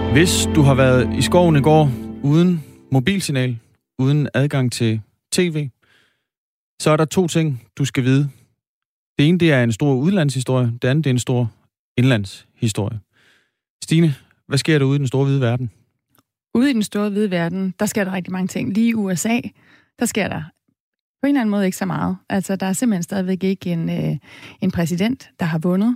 Hvis du har været i skoven i går uden mobilsignal, uden adgang til tv, så er der 2 ting, du skal vide. Det ene, det er en stor udlandshistorie. Det andet, det er en stor indlandshistorie. Stine, hvad sker der ude i den store hvide verden? Ude i den store hvide verden, der sker der rigtig mange ting. Lige i USA, der sker der på en eller anden måde ikke så meget. Altså, der er simpelthen stadigvæk ikke en præsident, der har vundet.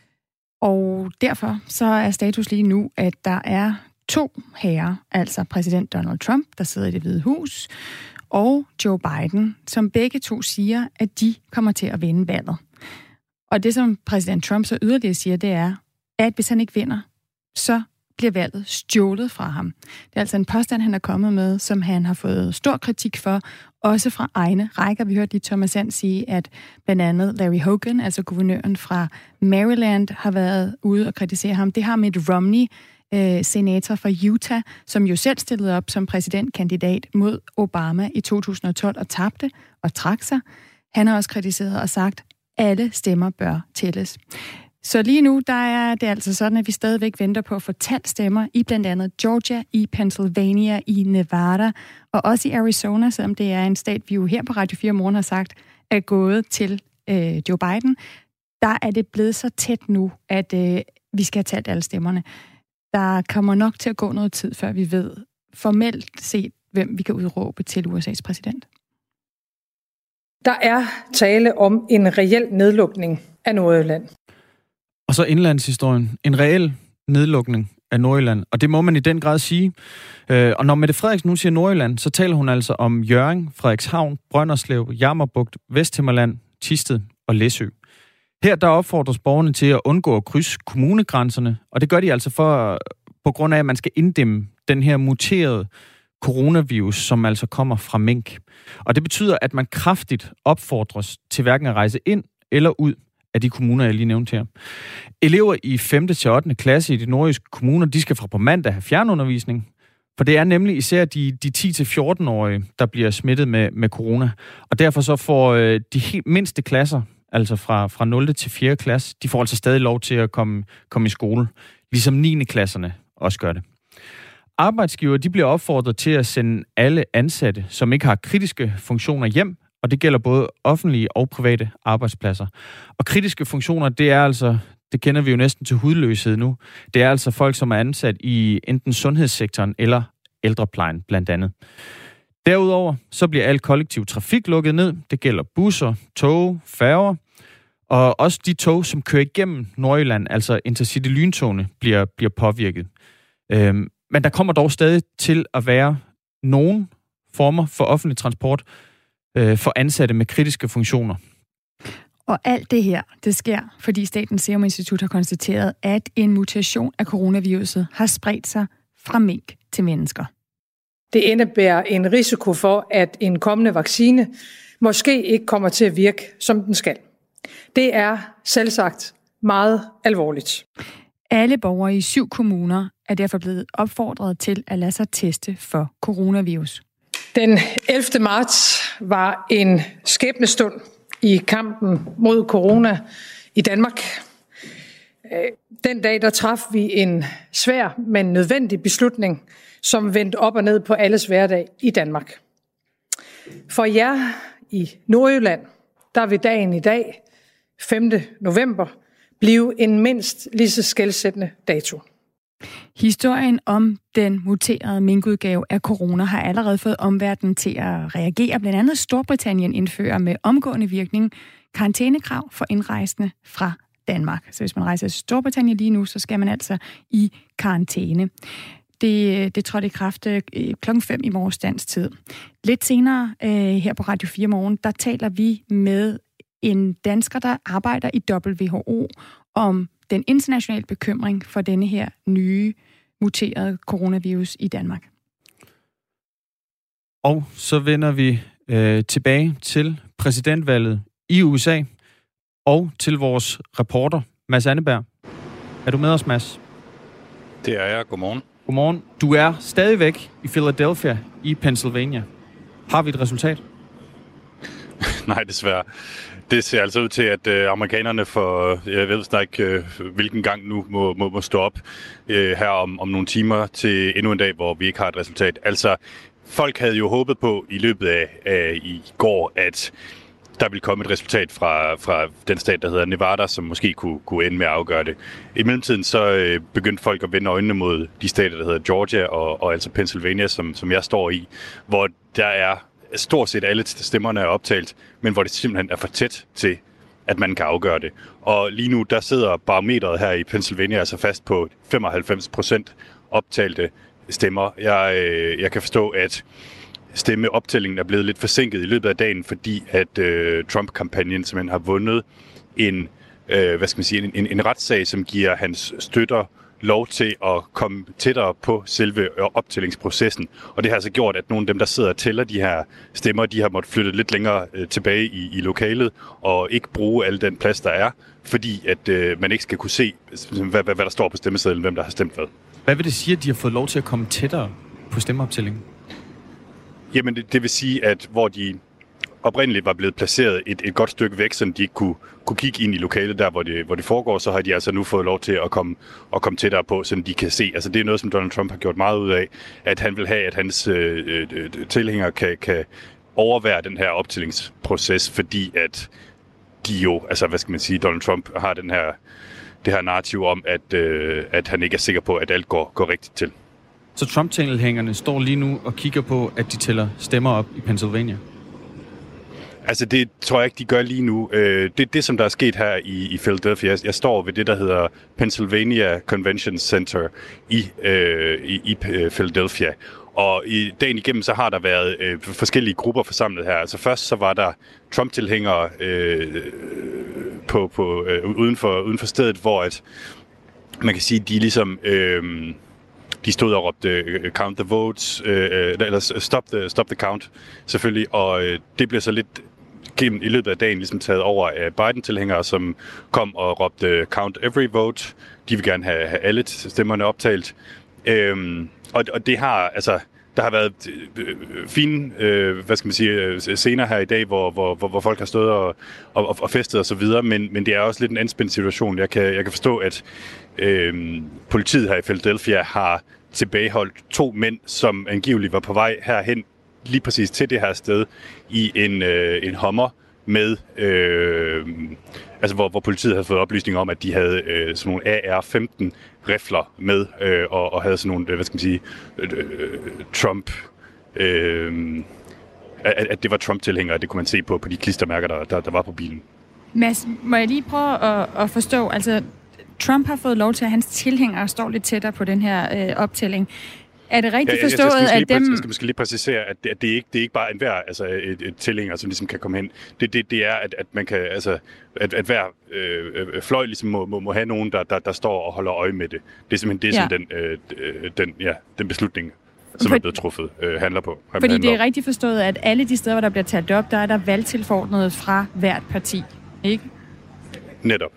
Og derfor så er status lige nu, at der er 2 herrer, altså præsident Donald Trump, der sidder i Det Hvide Hus, og Joe Biden, som begge 2 siger, at de kommer til at vinde valget. Og det, som præsident Trump så yderligere siger, det er, at hvis han ikke vinder, så bliver valget stjålet fra ham. Det er altså en påstand, han er kommet med, som han har fået stor kritik for, også fra egne rækker. Vi hørte lige Thomas Sand sige, at blandt andet Larry Hogan, altså guvernøren fra Maryland, har været ude og kritisere ham. Det har Mitt Romney, senator fra Utah, som jo selv stillede op som præsidentkandidat mod Obama i 2012 og tabte og trak sig. Han har også kritiseret og sagt, at alle stemmer bør tælles. Så lige nu, der er det altså sådan, at vi stadigvæk venter på at få talt stemmer i blandt andet Georgia, i Pennsylvania, i Nevada og også i Arizona, selvom det er en stat, vi jo her på Radio 4 Morgen har sagt, er gået til Joe Biden. Der er det blevet så tæt nu, at vi skal have talt alle stemmerne. Der kommer nok til at gå noget tid, før vi ved formelt set, hvem vi kan udråbe til USA's præsident. Der er tale om en reel nedlukning af Nordjylland. Og så indlandshistorien. En reel nedlukning af Nordjylland. Og det må man i den grad sige. Og når Mette Frederiksen nu siger Nordjylland, så taler hun altså om Hjørring, Frederikshavn, Brønderslev, Jammerbugt, Vesthimmerland, Thisted og Læsø. Her der opfordres borgerne til at undgå at krydse kommunegrænserne, og det gør de altså på grund af, at man skal inddæmme den her muterede coronavirus, som altså kommer fra mink. Og det betyder, at man kraftigt opfordres til hverken at rejse ind eller ud af de kommuner, jeg lige nævnte her. Elever i 5. til 8. klasse i de nordjyske kommuner, de skal fra på mandag have fjernundervisning, for det er nemlig især de 10-14-årige, der bliver smittet med corona. Og derfor så får de helt mindste klasser, altså fra 0. til 4. klasse, de får altså stadig lov til at komme i skole, ligesom 9. klasserne også gør det. Arbejdsgivere, de bliver opfordret til at sende alle ansatte, som ikke har kritiske funktioner hjem, og det gælder både offentlige og private arbejdspladser. Og kritiske funktioner, det er altså, det kender vi jo næsten til hudløshed nu, det er altså folk, som er ansat i enten sundhedssektoren eller ældreplejen blandt andet. Derudover så bliver al kollektiv trafik lukket ned. Det gælder busser, tog, færger, og også de tog, som kører igennem Nordjylland, altså Intercity-lyntogene, bliver påvirket. Men der kommer dog stadig til at være nogle former for offentlig transport for ansatte med kritiske funktioner. Og alt det her, det sker, fordi Statens Serum Institut har konstateret, at en mutation af coronaviruset har spredt sig fra mink til mennesker. Det indebærer en risiko for, at en kommende vaccine måske ikke kommer til at virke, som den skal. Det er selvsagt meget alvorligt. Alle borgere i 7 kommuner er derfor blevet opfordret til at lade sig teste for coronavirus. Den 11. marts var en skæbnestund i kampen mod corona i Danmark. Den dag, der traf vi en svær, men nødvendig beslutning, som vendte op og ned på alles hverdag i Danmark. For jer i Nordjylland, der vil dagen i dag, 5. november, blive en mindst lige så skelsættende dato. Historien om den muterede minkudgave af corona har allerede fået omverdenen til at reagere. Blandt andet Storbritannien indfører med omgående virkning karantænekrav for indrejsende fra Danmark. Så hvis man rejser til Storbritannien lige nu, så skal man altså i karantæne. Det trådte i kraft klokken 5 i morges dansk tid. Lidt senere her på Radio 4 Morgen, der taler vi med en dansker, der arbejder i WHO om den internationale bekymring for denne her nye muterede coronavirus i Danmark. Og så vender vi tilbage til præsidentvalget i USA og til vores reporter, Mads Anneberg. Er du med os, Mads? Det er jeg. Godmorgen. Godmorgen. Du er stadigvæk i Philadelphia i Pennsylvania. Har vi et resultat? Nej, desværre. Det ser altså ud til, at amerikanerne for, jeg ved snart ikke, hvilken gang nu må stå op her om nogle timer til endnu en dag, hvor vi ikke har et resultat. Altså, folk havde jo håbet på i løbet af i går, at der ville komme et resultat fra den stat, der hedder Nevada, som måske kunne ende med at afgøre det. I mellemtiden så begyndte folk at vende øjnene mod de stater, der hedder Georgia og altså Pennsylvania, som jeg står i, hvor der er stort set alle stemmerne er optalt, men hvor det simpelthen er for tæt til, at man kan afgøre det. Og lige nu, der sidder barometeret her i Pennsylvania altså fast på 95% optalte stemmer. Jeg kan forstå, at stemmeoptællingen er blevet lidt forsinket i løbet af dagen, fordi at Trump-kampagnen simpelthen har vundet en retssag, som giver hans støtter lov til at komme tættere på selve optællingsprocessen. Og det har altså gjort, at nogle af dem, der sidder og tæller de her stemmer, de har måttet flytte lidt længere tilbage i lokalet og ikke bruge al den plads, der er, fordi at man ikke skal kunne se, hvad der står på stemmesedlen, hvem der har stemt hvad. Hvad vil det sige, at de har fået lov til at komme tættere på stemmeoptællingen? Jamen, det vil sige, at hvor de oprindeligt var blevet placeret et godt stykke væk, så de ikke kunne kigge ind i lokalet der, hvor det foregår, så har de altså nu fået lov til at komme tættere på, så de kan se. Altså det er noget, som Donald Trump har gjort meget ud af, at han vil have, at hans tilhængere kan overvære den her optællingsproces, fordi at de jo, altså hvad skal man sige, Donald Trump har det her narrativ om, at han ikke er sikker på, at alt går rigtigt til. Så Trump-tilhængerne står lige nu og kigger på, at de tæller stemmer op i Pennsylvania? Altså det tror jeg ikke, de gør lige nu. Det som der er sket her i Philadelphia, jeg står ved det, der hedder Pennsylvania Convention Center i Philadelphia. Og i dagen igennem, så har der været forskellige grupper forsamlet her. Altså først så var der Trump-tilhængere uden for stedet, hvor at man kan sige, de ligesom de stod og råbte count the votes, eller stop the count, selvfølgelig. Og det blev så lidt gennem i løbet af dagen ligesom taget over af Biden-tilhængere, som kom og råbte count every vote. De vil gerne have alle stemmerne optalt. Og det har, altså, der har været fine, scener her i dag, hvor folk har stået og festet og så videre, men det er også lidt en anspændt situation. Jeg kan forstå, at politiet her i Philadelphia har tilbageholdt 2 mænd, som angiveligt var på vej herhen lige præcis til det her sted i en Hummer med, hvor politiet havde fået oplysning om, at de havde sådan nogle AR-15 rifler med og havde sådan nogle, Trump, at det var Trump-tilhængere, det kunne man se på de klistermærker, der var på bilen. Mads, må jeg lige prøve at forstå, altså Trump har fået lov til, at hans tilhængere står lidt tættere på den her optælling. Er det rigtigt forstået, at dem... Jeg skal måske lige præcisere, at det er ikke bare enhver, altså et tilhænger, som ligesom kan komme hen. Det er, at man kan, altså, at hver fløj ligesom må have nogen, der står og holder øje med det. Det er simpelthen det, som den beslutning, som er blevet truffet, handler på. Fordi det er rigtigt forstået, at alle de steder, hvor der bliver talt op, der er der valgtilforordnede fra hvert parti, ikke? Netop.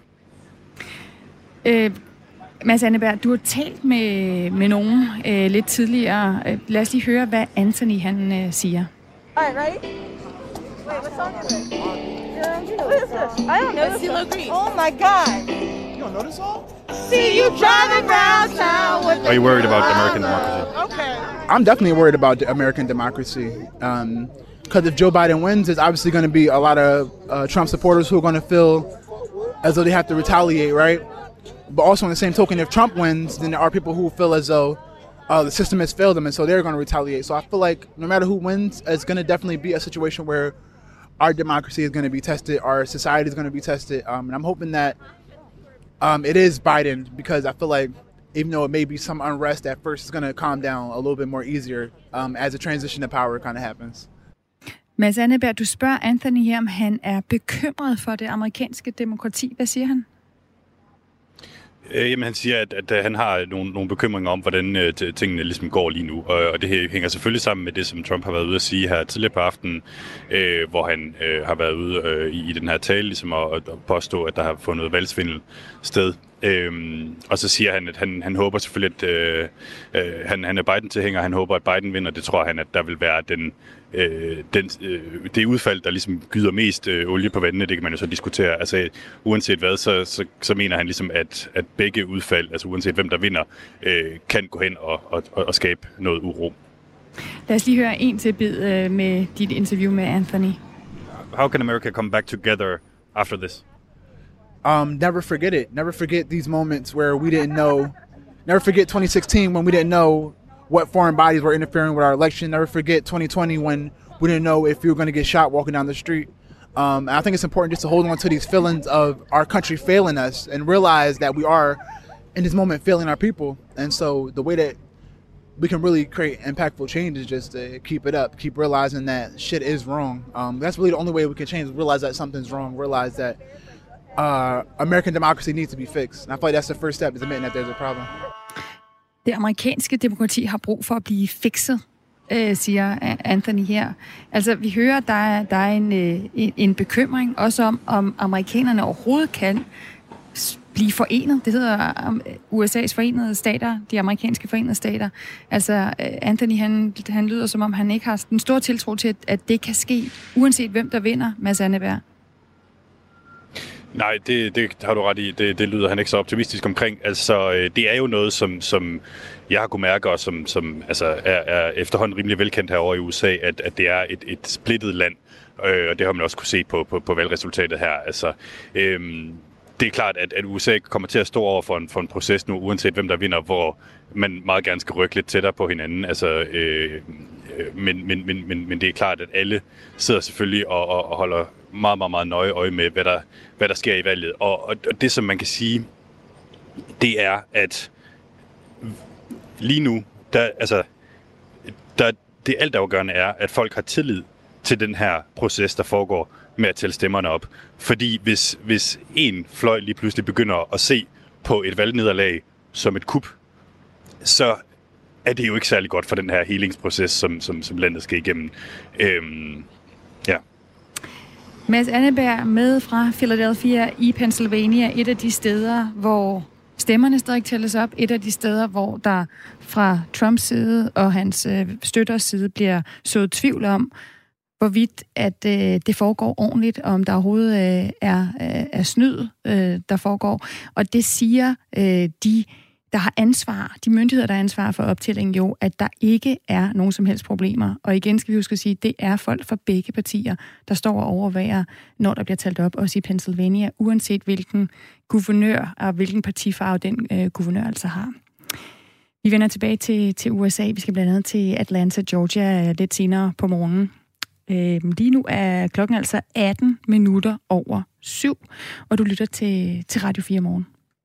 Mads Anneberg, du har talt med nogen lidt tidligere. Lad os lige høre, hvad Anthony han siger. All right. Wait, what song is it? What is this? I don't know. CeeLo Green. Oh my God. You don't know this song? See you driving around town with. Are you worried about American democracy? Okay. I'm definitely worried about the American democracy. Because if Joe Biden wins, there's obviously going to be a lot of Trump supporters who are going to feel as though they have to retaliate, right? But also on the same token, if Trump wins, then there are people who feel as though the system has failed them, and so they're going to retaliate. So I feel like no matter who wins, it's going to definitely be a situation where our democracy is going to be tested, our society is going to be tested, and I'm hoping that it is Biden, because I feel like even though it may be some unrest at first, it's going to calm down a little bit more easier as a transition to power kind of happens. Mads Anneberg, du spørger Anthony her, om han er bekymret for det amerikanske demokrati. Hvad siger han? Jamen, han siger, at han har nogle bekymringer om, hvordan tingene ligesom går lige nu. Og det hænger selvfølgelig sammen med det, som Trump har været ude at sige her tidligere på aftenen, hvor han har været ude i den her tale ligesom at påstå, at der har fundet valgsvindel sted. Og så siger han, at han håber selvfølgelig, at han er Biden-tilhænger, han håber, at Biden vinder. Det tror han, at der vil være det udfald, der ligesom gyder mest olie på vandene. Det kan man jo så diskutere. Altså uanset hvad, så mener han ligesom, at begge udfald, altså uanset hvem der vinder, kan gå hen og skabe noget uro. Lad os lige høre en til bid med dit interview med Anthony. How can America come back together after this? Never forget it. Never forget these moments where we didn't know. Never forget 2016 when we didn't know what foreign bodies were interfering with our election. Never forget 2020 when we didn't know if we were going to get shot walking down the street. And I think it's important just to hold on to these feelings of our country failing us and realize that we are, in this moment, failing our people. And so the way that we can really create impactful change is just to keep it up, keep realizing that shit is wrong. That's really the only way we can change, realize that something's wrong, realize that American democracy needs to be fixed. And I feel like that's the first step, is admitting that there's a problem. Det amerikanske demokrati har brug for at blive fikset, siger Anthony her. Altså, vi hører, der er en bekymring også om amerikanerne overhovedet kan blive forenet. Det hedder USA's forenede stater, de amerikanske forenede stater. Altså, Anthony, han lyder som om, han ikke har den store tiltro til, at det kan ske, uanset hvem der vinder, Mads Anneberg. Nej, det har du ret i. Det lyder han ikke så optimistisk omkring. Altså, det er jo noget, som jeg har kunnet mærke, og som altså, er efterhånden rimelig velkendt herovre i USA, at det er et splittet land. Og det har man også kunne se på valgresultatet her. Altså, det er klart, at USA kommer til at stå over for en proces nu, uanset hvem der vinder, hvor man meget gerne skal rykke lidt tættere på hinanden. Altså, men det er klart, at alle sidder selvfølgelig og holder meget, meget, meget nøje øje med, hvad der sker i valget. Og det, som man kan sige, det er, at lige nu, det altafgørende er, at folk har tillid til den her proces, der foregår med at tælle stemmerne op. Fordi hvis en fløj lige pludselig begynder at se på et valgnederlag som et kup, så er det jo ikke særlig godt for den her helingsproces, som landet skal igennem. Ja. Mads Anneberg med fra Philadelphia i Pennsylvania, et af de steder, hvor stemmerne stadig tælles op, et af de steder, hvor der fra Trumps side og hans støtters side bliver sået tvivl om, hvorvidt at det foregår ordentligt, om der overhovedet er snyd, der foregår. Og det siger de, der har ansvar, de myndigheder, der har ansvar for optællingen jo, at der ikke er nogen som helst problemer. Og igen skal vi huske at sige, at det er folk fra begge partier, der står og overvejer, når der bliver talt op, også i Pennsylvania, uanset hvilken guvernør og hvilken partifarve den guvernør altså har. Vi vender tilbage til USA. Vi skal blandt andet til Atlanta, Georgia lidt senere på morgenen. Lige nu er klokken altså 7:18, og du lytter til Radio 4 Morgen.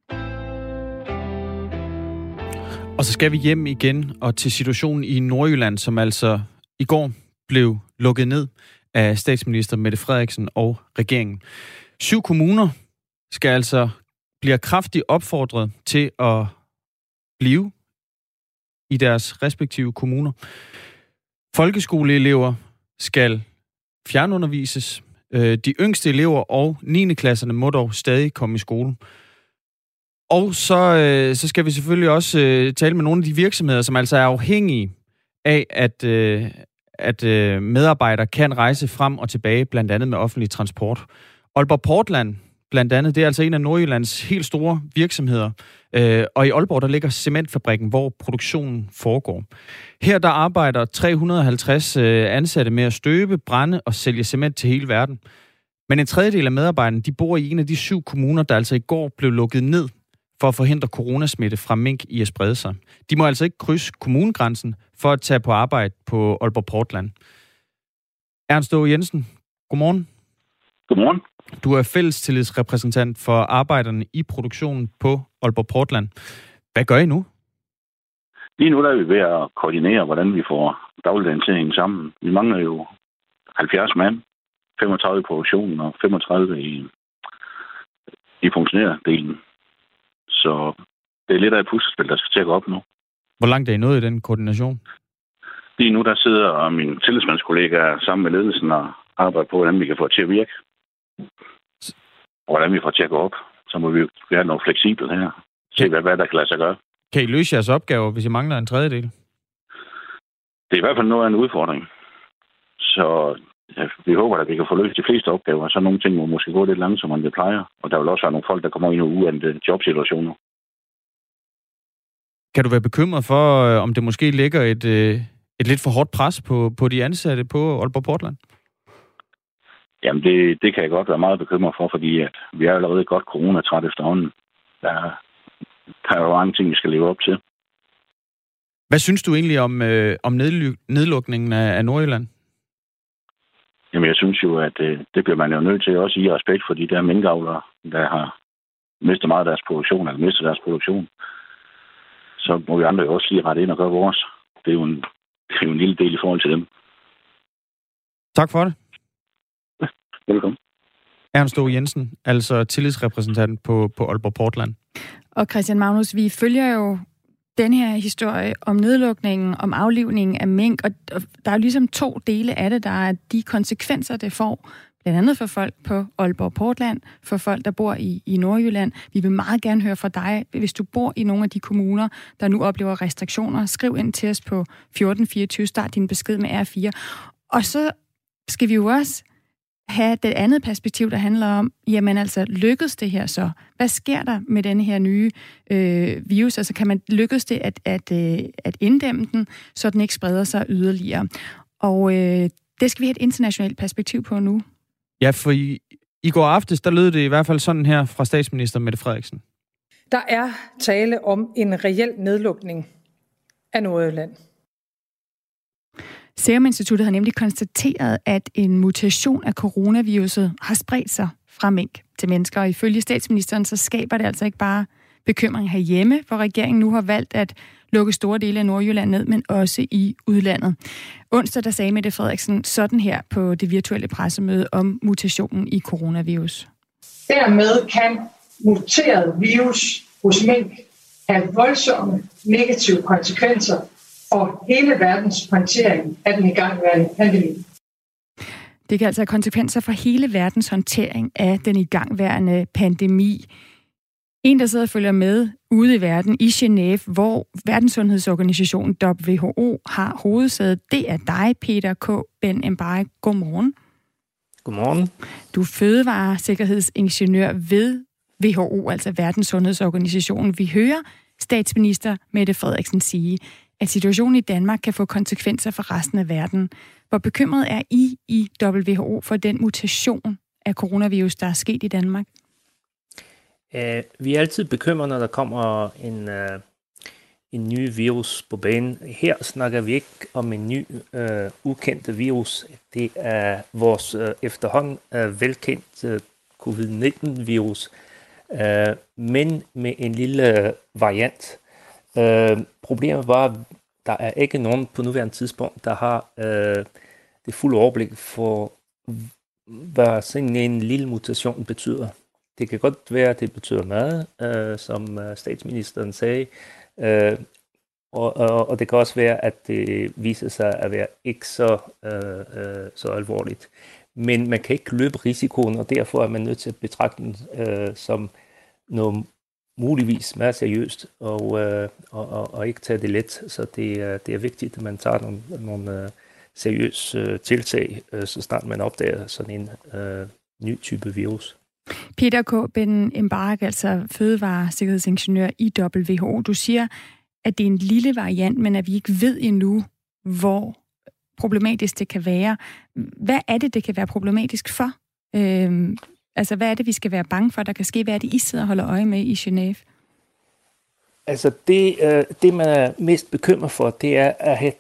Og så skal vi hjem igen og til situationen i Nordjylland, som altså i går blev lukket ned af statsminister Mette Frederiksen og regeringen. 7 kommuner bliver kraftigt opfordret til at blive i deres respektive kommuner. Folkeskoleelever skal fjernundervises. De yngste elever og 9. klasserne må dog stadig komme i skole. Og så skal vi selvfølgelig også tale med nogle af de virksomheder, som altså er afhængige af, at medarbejdere kan rejse frem og tilbage, blandt andet med offentlig transport. Aalborg Portland, blandt andet, det er altså en af Nordjyllands helt store virksomheder. Og i Aalborg, der ligger cementfabrikken, hvor produktionen foregår. Her der arbejder 350 ansatte med at støbe, brænde og sælge cement til hele verden. Men en tredjedel af medarbejderne, de bor i en af de 7 kommuner, der altså i går blev lukket ned for at forhindre coronasmitte fra mink i at sprede sig. De må altså ikke krydse kommunegrænsen for at tage på arbejde på Aalborg Portland. Ernst Aage Jensen, godmorgen. Godmorgen. Du er fællestillidsrepræsentant for arbejderne i produktionen på Aalborg Portland. Hvad gør I nu? Lige nu der er vi ved at koordinere, hvordan vi får dagligdagen til at hænge sammen. Vi mangler jo 70 mand, 35 i produktionen og 35 i funktionærdelen. Så det er lidt af et puslespil, der skal til at gå op nu. Hvor langt er I nået i den koordination? Lige nu der sidder min tillidsmandskollega sammen med ledelsen og arbejder på, hvordan vi kan få det til at virke. Og hvordan vi får det til at gå op. Så må vi jo have noget fleksibelt her. Se, hvad der kan lade sig gøre. Kan I løse jeres opgaver, hvis I mangler en tredjedel? Det er i hvert fald noget af en udfordring. Så vi håber, at vi kan få løst de fleste opgaver. Så nogle ting må måske gå lidt langsommere, end det plejer. Og der vil også være nogle folk, der kommer i nogle uendte jobsituationer. Kan du være bekymret for, om det måske ligger et lidt for hårdt pres på de ansatte på Aalborg Portland? Jamen, det kan jeg godt være meget bekymret for, fordi at vi er allerede godt coronatræt efterhånden. Der er jo mange ting, vi skal leve op til. Hvad synes du egentlig om nedlukningen af Nordjylland? Jamen, jeg synes jo, at det bliver man jo nødt til også i respekt for de der minkavlere, der har mistet meget af deres produktion, eller mistet deres produktion. Så må vi andre jo også lige rette ind og gøre vores. Det er jo en lille del i forhold til dem. Tak for det. Velkommen. Ernst O. Jensen, altså tillidsrepræsentant på Aalborg Portland. Og Christian Magnus, vi følger jo den her historie om nedlukningen, om aflivningen af mink, og der er jo ligesom to dele af det. Der er de konsekvenser, det får, blandt andet for folk på Aalborg Portland, for folk, der bor i Nordjylland. Vi vil meget gerne høre fra dig, hvis du bor i nogle af de kommuner, der nu oplever restriktioner. Skriv ind til os på 1424, start din besked med R4. Og så skal vi jo også have det andet perspektiv, der handler om, jamen altså, lykkes det her så? Hvad sker der med denne her nye virus? Altså, kan man lykkes det at inddæmme den, så den ikke spreder sig yderligere? Og det skal vi have et internationalt perspektiv på nu. Ja, for i går aftes, der lød det i hvert fald sådan her fra statsminister Mette Frederiksen. Der er tale om en reel nedlukning af Nordjylland. Serum Instituttet har nemlig konstateret, at en mutation af coronaviruset har spredt sig fra mink til mennesker. Og ifølge statsministeren, så skaber det altså ikke bare bekymring herhjemme, hvor regeringen nu har valgt at lukke store dele af Nordjylland ned, men også i udlandet. Onsdag der sagde Mette Frederiksen sådan her på det virtuelle pressemøde om mutationen i coronavirus. Dermed kan muteret virus hos mink have voldsomme negative konsekvenser for hele verdens håndtering af den igangværende pandemi. Det kan altså have konsekvenser for hele verdens håndtering af den igangværende pandemi. En, der sidder og følger med ude i verden i Genève, hvor Verdenssundhedsorganisationen WHO har hovedsædet, det er dig, Peter K. Ben-Embarek. Godmorgen. Godmorgen. Du er fødevaresikkerhedsingeniør ved WHO, altså Verdenssundhedsorganisationen. Vi hører statsminister Mette Frederiksen sige, at situationen i Danmark kan få konsekvenser for resten af verden. Hvor bekymret er I WHO for den mutation af coronavirus, der er sket i Danmark? Vi er altid bekymrede, når der kommer en ny virus på banen. Her snakker vi ikke om en ny ukendte virus. Det er vores efterhånden velkendt covid-19-virus, men med en lille variant. Problemet var, at der er ikke nogen på nuværende tidspunkt, der har det fulde overblik for, hvad sådan en lille mutation betyder. Det kan godt være, at det betyder meget, som statsministeren sagde, og det kan også være, at det viser sig at være ikke så alvorligt. Men man kan ikke løbe risikoen, og derfor er man nødt til at betragte den som noget muligvis meget seriøst, og ikke tage det let. Så det er vigtigt, at man tager nogle seriøse tiltag, så snart man opdager sådan en ny type virus. Peter K. Ben-Embarek, altså fødevaresikkerhedsingeniør i WHO. Du siger, at det er en lille variant, men at vi ikke ved endnu, hvor problematisk det kan være. Hvad er det kan være problematisk for? Altså, hvad er det, vi skal være bange for, der kan ske? Hvad er det, I sidder og holder øje med i Genève? Altså, det man er mest bekymret for, det er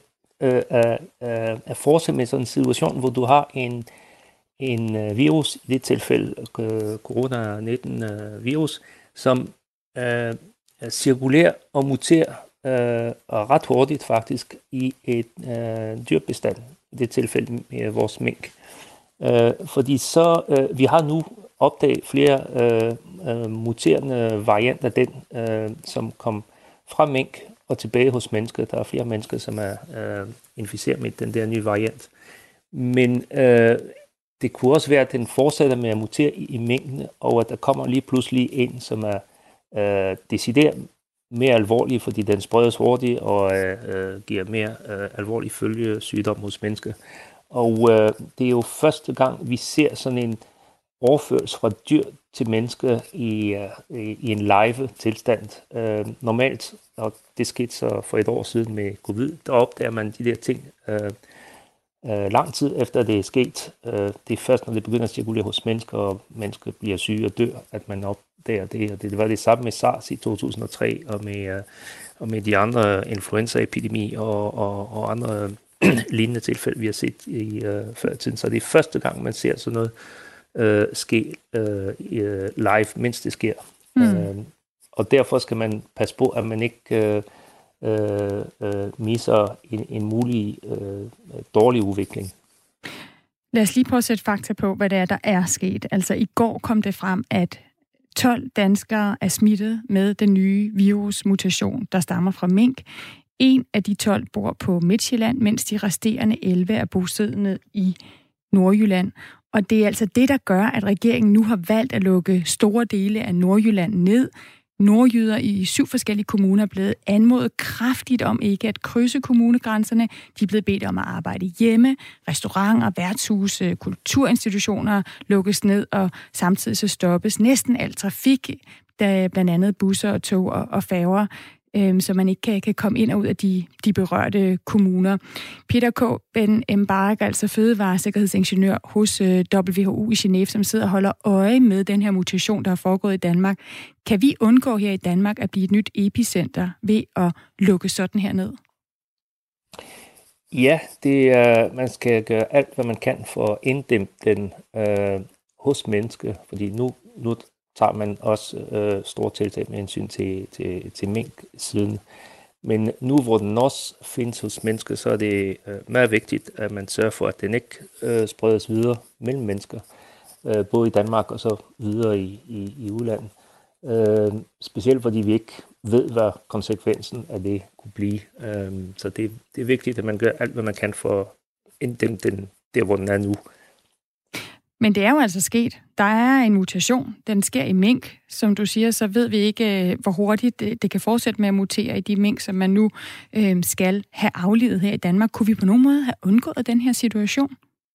at fortsætte med sådan en situation, hvor du har en virus, i det tilfælde corona-19-virus, som cirkulerer og muterer ret hurtigt faktisk i et dyrbestand, i det tilfælde med vores mink. Fordi så, vi har nu opdaget flere muterende varianter af den, som kom fra mink og tilbage hos mennesker. Der er flere mennesker, som er inficeret med den der nye variant. Men det kunne også være, at den fortsætter med at mutere i mængden, og at der kommer lige pludselig en, som er decideret mere alvorlig, fordi den spredes hurtigt og giver mere alvorlig følgesygdom hos mennesker. Og det er jo første gang, vi ser sådan en overførsel fra dyr til mennesker i en live tilstand. Normalt, og det skete så for et år siden med covid, der opdager man de der ting lang tid efter det er sket. Det er først, når det begynder at cirkulere hos mennesker, og mennesker bliver syge og dør, at man opdager det. Og det var det samme med SARS i 2003, og med de andre influenzaepidemi og andre lignende tilfælde, vi har set i før tiden. Så det er første gang, man ser sådan noget ske live, mens det sker. Og derfor skal man passe på, at man ikke misser en mulig dårlig udvikling. Lad os lige prøve at sætte fakta på, hvad det er, der er sket. Altså i går kom det frem, at 12 danskere er smittet med den nye virusmutation, der stammer fra mink. En af de 12 bor på Midtjylland, mens de resterende 11 er bosiddende i Nordjylland. Og det er altså det, der gør, at regeringen nu har valgt at lukke store dele af Nordjylland ned. Nordjyder i 7 forskellige kommuner er blevet anmodet kraftigt om ikke at krydse kommunegrænserne. De er blevet bedt om at arbejde hjemme. Restauranter, værtshuse, kulturinstitutioner lukkes ned, og samtidig så stoppes næsten al trafik, der blandt andet busser og tog og færger, så man ikke kan komme ind og ud af de berørte kommuner. Peter K. Ben Embark, altså fødevaresikkerhedsingeniør hos WHO i Genève, som sidder og holder øje med den her mutation, der er foregået i Danmark. Kan vi undgå her i Danmark at blive et nyt epicenter ved at lukke sådan her ned? Ja, man skal gøre alt, hvad man kan for at inddæmpe den hos mennesker, fordi nu tager man også store tiltag med hensyn til mink-siden. Men nu, hvor den også findes hos mennesker, så er det meget vigtigt, at man sørger for, at den ikke spredes videre mellem mennesker, både i Danmark og så videre i udlandet. Specielt fordi vi ikke ved, hvad konsekvensen af det kunne blive. Så det er vigtigt, at man gør alt, hvad man kan for at inddæmpe den der, hvor den er nu. Men det er jo altså sket. Der er en mutation. Den sker i mink. Som du siger, så ved vi ikke, hvor hurtigt det kan fortsætte med at mutere i de mink, som man nu skal have aflivet her i Danmark. Kunne vi på nogen måde have undgået den her situation?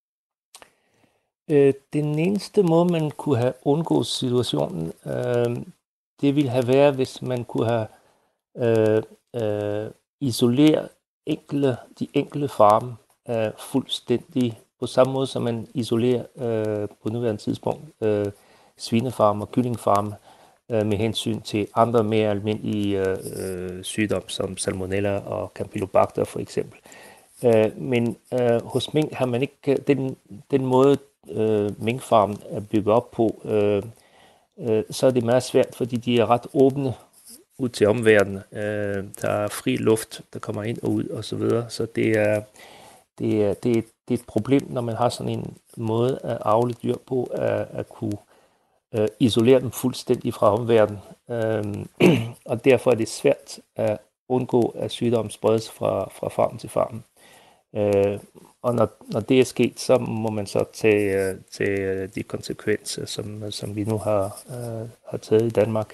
Den eneste måde, man kunne have undgået situationen, det ville have været, hvis man kunne have isoleret de enkelte farme fuldstændig på samme måde, som man isolerer på nuværende tidspunkt svinefarme og kyllingfarme med hensyn til andre mere almindelige sygdomme, som salmonella og campylobacter for eksempel. Men hos mink har man ikke den måde, minkfarmen er bygget op på, så er det meget svært, fordi de er ret åbne ud til omverdenen. Der er fri luft, der kommer ind og ud og så videre, så det er et problem, når man har sådan en måde at avle dyr på, at kunne isolere dem fuldstændig fra omverdenen. Og derfor er det svært at undgå, at sygdommen spredes fra farm til farm. Og når det er sket, så må man så tage de konsekvenser, som vi nu har taget i Danmark.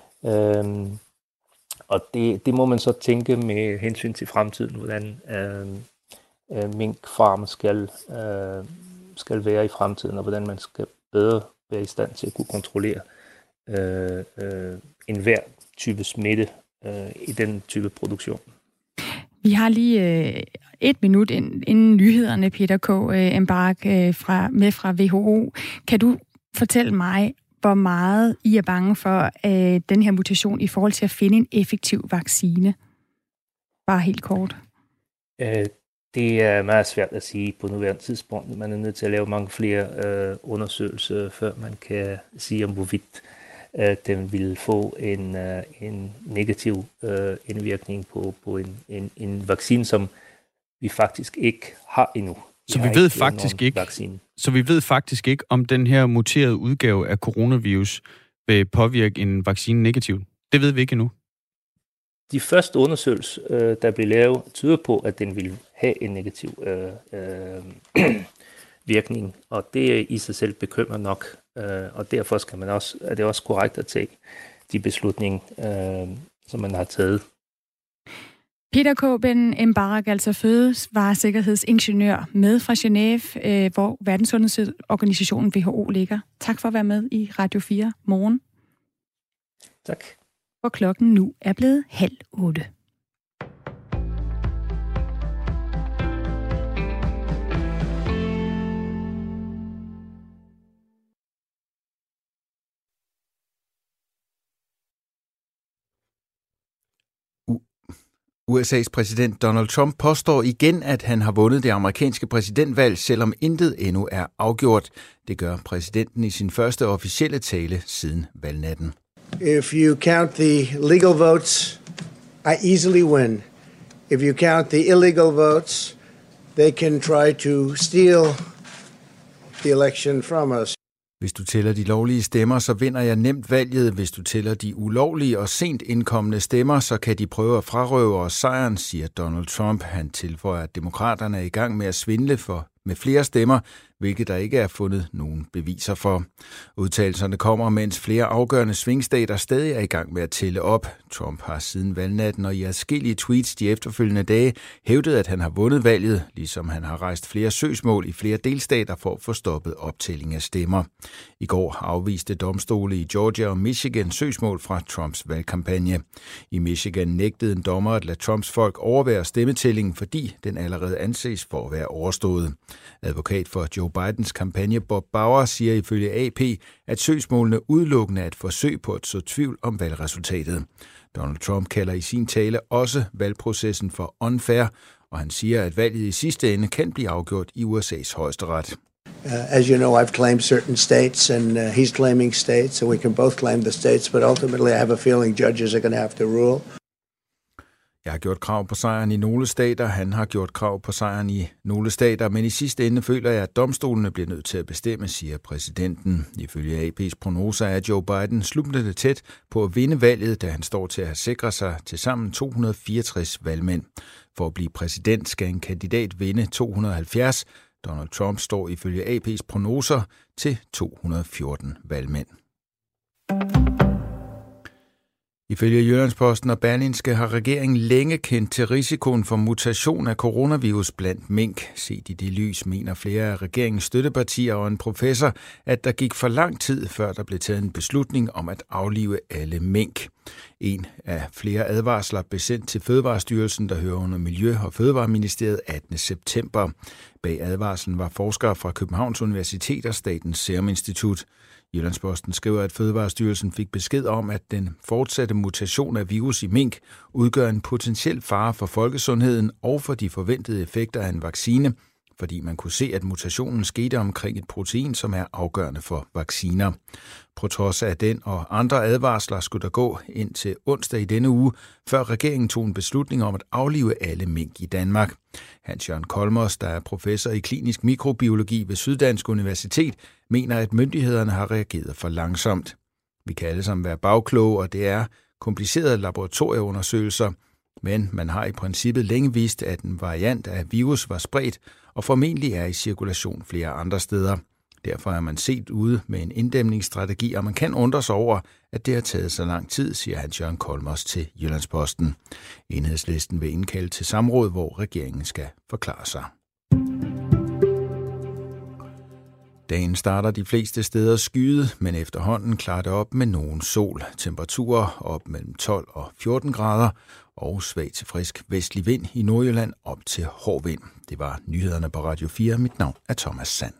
Og det må man så tænke med hensyn til fremtiden, hvordan minkfarme skal være i fremtiden, og hvordan man skal bedre være i stand til at kunne kontrollere enhver type smitte i den type produktion. Vi har lige 1 minut inden nyhederne, Peter K. Embark fra WHO. Kan du fortælle mig, hvor meget I er bange for den her mutation i forhold til at finde en effektiv vaccine? Bare helt kort. Det er meget svært at sige på nuværende tidspunkt. Man er nødt til at lave mange flere undersøgelser, før man kan sige om hvorvidt den vil få en negativ indvirkning på en vaccine, som vi faktisk ikke har endnu. Så vi ved faktisk ikke, om den her muterede udgave af coronavirus vil påvirke en vaccine negativt. Det ved vi ikke endnu. De første undersøgelser, der blev lavet, tyder på, at den vil have en negativ virkning, og det er i sig selv bekymrer nok, og derfor er det også korrekt at tage de beslutninger, som man har taget. Peter K. Ben Mbarak, altså fødevaresikkerhedsingeniør med fra Genève, hvor Verdenssundhedsorganisationen WHO ligger. Tak for at være med i Radio 4 morgen. Tak. Hvor klokken nu er blevet 7:30. USA's præsident Donald Trump påstår igen, at han har vundet det amerikanske præsidentvalg, selvom intet endnu er afgjort. Det gør præsidenten i sin første officielle tale siden valgnatten. If you count the legal votes, I easily win. If you count the illegal votes, they can try to steal the election from us. Hvis du tæller de lovlige stemmer, så vinder jeg nemt valget. Hvis du tæller de ulovlige og sent indkommende stemmer, så kan de prøve at frarøve os sejren, siger Donald Trump. Han tilføjer, at demokraterne er i gang med at svindle med flere stemmer, hvilket der ikke er fundet nogen beviser for. Udtalelserne kommer, mens flere afgørende svingstater stadig er i gang med at tælle op. Trump har siden valgnatten og i adskillige tweets de efterfølgende dage hævdet, at han har vundet valget, ligesom han har rejst flere søgsmål i flere delstater for at få stoppet optælling af stemmer. I går afviste domstole i Georgia og Michigan søgsmål fra Trumps valgkampagne. I Michigan nægtede en dommer at lade Trumps folk overvære stemmetællingen, fordi den allerede anses for at være overstået. Advokat for Joe Bidens kampagne Bob Bauer siger ifølge AP, at søgsmålene udelukkende er et forsøg på at så tvivl om valgresultatet. Donald Trump kalder i sin tale også valgprocessen for unfair, og han siger, at valget i sidste ende kan blive afgjort i USA's højesteret. As you know, I've claimed certain states, and he's claiming states, so we can both claim the states, but ultimately I have a feeling judges are going to have to rule. Jeg har gjort krav på sejren i nogle stater, han har gjort krav på sejren i nogle stater, men i sidste ende føler jeg, at domstolene bliver nødt til at bestemme, siger præsidenten. Ifølge AP's prognoser er Joe Biden sluttende tæt på at vinde valget, da han står til at have sikret sig til sammen 264 valgmænd. For at blive præsident skal en kandidat vinde 270. Donald Trump står ifølge AP's prognoser til 214 valgmænd. Ifølge Jyllandsposten og Berlingske har regeringen længe kendt til risikoen for mutation af coronavirus blandt mink. Set i det lys mener flere af regeringens støttepartier og en professor, at der gik for lang tid, før der blev taget en beslutning om at aflive alle mink. En af flere advarsler blev sendt til Fødevarestyrelsen, der hører under Miljø- og Fødevareministeriet 18. september. Bag advarslen var forskere fra Københavns Universitet og Statens Serum Institut. Jyllandsposten skriver, at Fødevarestyrelsen fik besked om, at den fortsatte mutation af virus i mink udgør en potentiel fare for folkesundheden og for de forventede effekter af en vaccine, fordi man kunne se, at mutationen skete omkring et protein, som er afgørende for vacciner. På trods af den og andre advarsler skulle der gå ind til onsdag i denne uge, før regeringen tog en beslutning om at aflive alle mink i Danmark. Hans-Jørgen Kolmos, der er professor i klinisk mikrobiologi ved Syddansk Universitet, mener, at myndighederne har reageret for langsomt. Vi kan alle sammen være bagkloge, og det er komplicerede laboratorieundersøgelser, men man har i princippet længe vist, at en variant af virus var spredt og formentlig er i cirkulation flere andre steder. Derfor er man set ude med en inddæmningsstrategi, og man kan undre sig over, at det har taget så lang tid, siger Hans-Jørgen Kolmos til Jyllandsposten. Enhedslisten vil indkalde til samråd, hvor regeringen skal forklare sig. Dagen starter de fleste steder skyet, men efterhånden klarer det op med nogen sol. Temperaturer op mellem 12 og 14 grader og svag til frisk vestlig vind i Nordjylland op til hård vind. Det var nyhederne på Radio 4. Mit navn er Thomas Sand.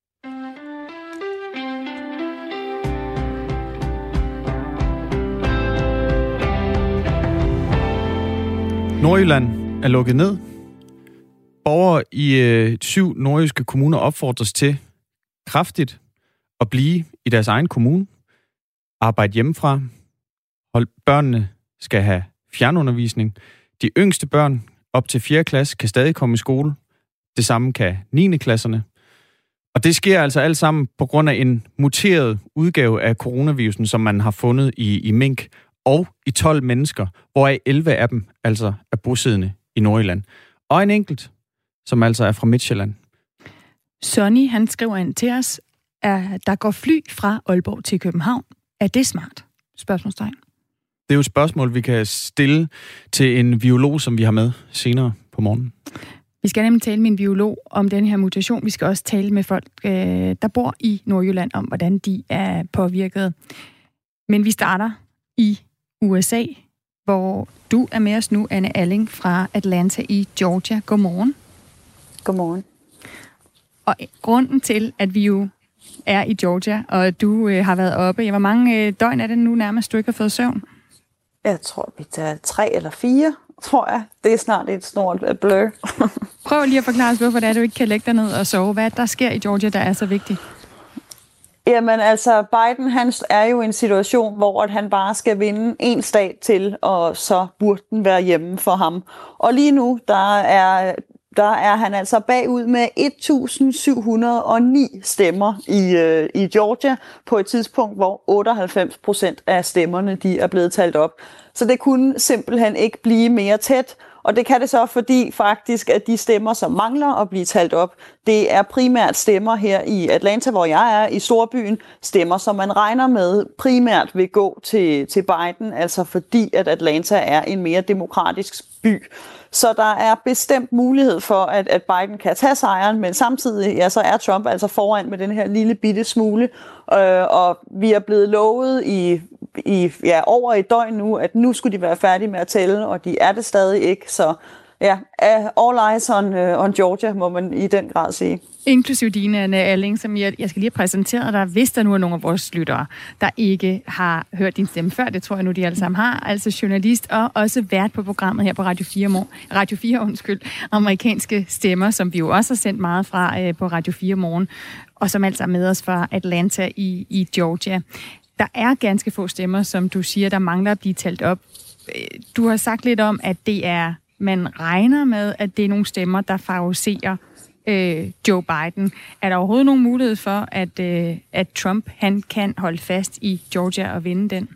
Nordjylland er lukket ned. Borgere i 7 nordjyske kommuner opfordres til kraftigt at blive i deres egen kommune, arbejde hjemmefra, børnene skal have fjernundervisning. De yngste børn op til 4. klasse kan stadig komme i skole. Det samme kan 9. klasserne. Og det sker altså alt sammen på grund af en muteret udgave af coronavirusen, som man har fundet i mink og i 12 mennesker, hvoraf 11 af dem altså er bosiddende i Nordjylland. Og en enkelt, som altså er fra Midtjylland. Sonny, han skriver ind til os, at der går fly fra Aalborg til København. Er det smart? Spørgsmålstegn. Det er jo et spørgsmål, vi kan stille til en biolog, som vi har med senere på morgenen. Vi skal nemlig tale med en biolog om den her mutation. Vi skal også tale med folk, der bor i Nordjylland, om hvordan de er påvirket. Men vi starter i USA, hvor du er med os nu, Anne Alling fra Atlanta i Georgia. Godmorgen. Godmorgen. Og grunden til, at vi jo er i Georgia, og du har været oppe, hvor mange døgn er det nu nærmest, du ikke har fået søvn? Jeg tror, vi tager 3 eller 4, tror jeg. Det er snart et stort blur. Prøv lige at forklare os, hvorfor det er, du ikke kan lægge dig ned og sove. Hvad der sker i Georgia, der er så vigtigt? Jamen altså, Biden han er jo i en situation, hvor han bare skal vinde en stat til, og så burde den være hjemme for ham. Og lige nu, der er han altså bagud med 1.709 stemmer i Georgia på et tidspunkt, hvor 98% af stemmerne de er blevet talt op. Så det kunne simpelthen ikke blive mere tæt. Og det kan det så, fordi faktisk, at de stemmer, som mangler at blive talt op, det er primært stemmer her i Atlanta, hvor jeg er, i storbyen. Stemmer, som man regner med primært vil gå til Biden, altså fordi, at Atlanta er en mere demokratisk by. Så der er bestemt mulighed for, at Biden kan tage sejren, men samtidig ja, så er Trump altså foran med den her lille bitte smule. Og vi er blevet lovet i over et døgn nu, at nu skulle de være færdige med at tælle, og de er det stadig ikke. Så ja, all eyes on Georgia, må man i den grad sige. Inklusiv dine, Anne Alling, som jeg skal lige have præsenteret dig, hvis der nu er nogle af vores lyttere, der ikke har hørt din stemme før. Det tror jeg nu, de alle sammen har. Altså journalist og også vært på programmet her på Radio 4, amerikanske stemmer, som vi jo også har sendt meget fra på Radio 4 morgen, og som altså er med os fra Atlanta i Georgia. Der er ganske få stemmer, som du siger, der mangler at blive talt op. Du har sagt lidt om, at man regner med, at det er nogle stemmer, der favoriserer Joe Biden. Er der overhovedet nogen mulighed for, at Trump han kan holde fast i Georgia og vinde den?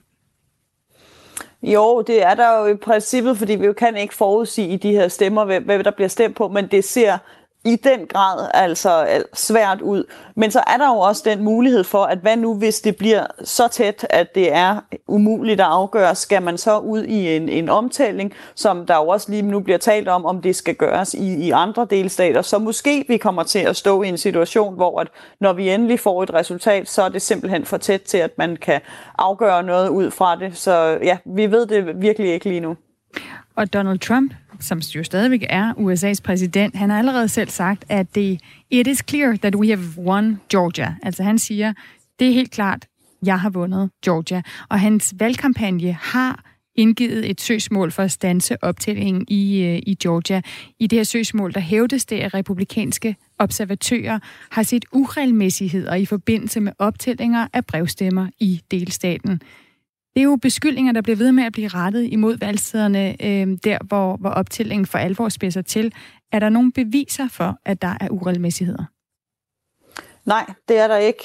Jo, det er der jo i princippet, fordi vi jo kan ikke forudsige i de her stemmer, hvad der bliver stemt på, men det ser i den grad altså svært ud. Men så er der jo også den mulighed for, at hvad nu, hvis det bliver så tæt, at det er umuligt at afgøre, skal man så ud i en omtælling, som der jo også lige nu bliver talt om det skal gøres i andre delstater. Så måske vi kommer til at stå i en situation, hvor at når vi endelig får et resultat, så er det simpelthen for tæt til, at man kan afgøre noget ud fra det. Så ja, vi ved det virkelig ikke lige nu. Og Donald Trump, som jo stadigvæk er USA's præsident, han har allerede selv sagt, at it is clear that we have won Georgia. Altså han siger, det er helt klart, jeg har vundet Georgia. Og hans valgkampagne har indgivet et søgsmål for at standse optællingen i Georgia. I det her søgsmål, der hævdes det, at republikanske observatører har set uregelmæssigheder i forbindelse med optællinger af brevstemmer i delstaten. Det er jo beskyldninger, der bliver ved med at blive rettet imod valgstederne, der hvor optællingen for alvor spidser til. Er der nogle beviser for, at der er uregelmæssigheder? Nej, det er der ikke.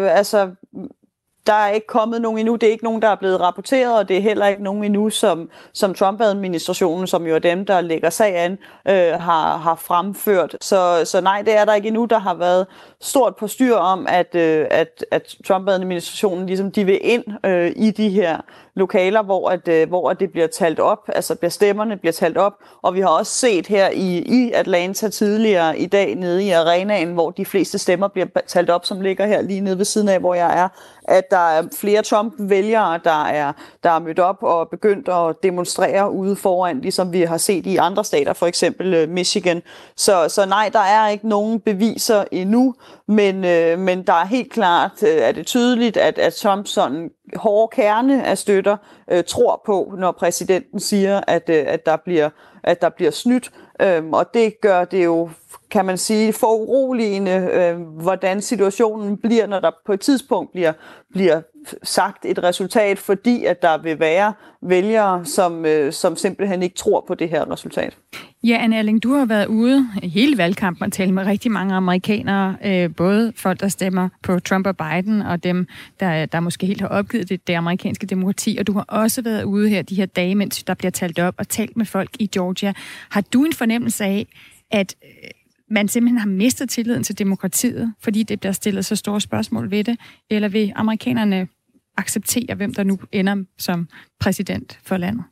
Der er ikke kommet nogen endnu. Det er ikke nogen, der er blevet rapporteret, og det er heller ikke nogen endnu, som Trump-administrationen, som jo er dem, der lægger sag an, har fremført. Så nej, det er der ikke endnu. Der har været stort postyr om, at Trump-administrationen ligesom, de vil ind i de her lokaler, hvor det bliver talt op, altså stemmerne bliver talt op, og vi har også set her i Atlanta tidligere i dag nede i arenaen, hvor de fleste stemmer bliver talt op, som ligger her lige nede ved siden af, hvor jeg er, at der er flere Trump-vælgere, der er mødt op og begyndt at demonstrere ude foran, ligesom vi har set i andre stater, for eksempel Michigan. Så nej, der er ikke nogen beviser endnu, men der er helt klart, er det tydeligt, at Trump sådan hårde kerne af støtter tror på, når præsidenten siger, at der bliver snydt. Og det gør det jo, kan man sige, foruroligende, hvordan situationen bliver, når der på et tidspunkt bliver sagt et resultat, fordi at der vil være vælgere, som simpelthen ikke tror på det her resultat. Ja, Anne Alling, du har været ude hele valgkampen og talt med rigtig mange amerikanere, både folk, der stemmer på Trump og Biden, og dem, der måske helt har opgivet det amerikanske demokrati, og du har også været ude her de her dage, mens der bliver talt op og talt med folk i Georgia. Har du en fornemmelse af, at man simpelthen har mistet tilliden til demokratiet, fordi det bliver stillet så store spørgsmål ved det, eller vil amerikanerne acceptere, hvem der nu ender som præsident for landet?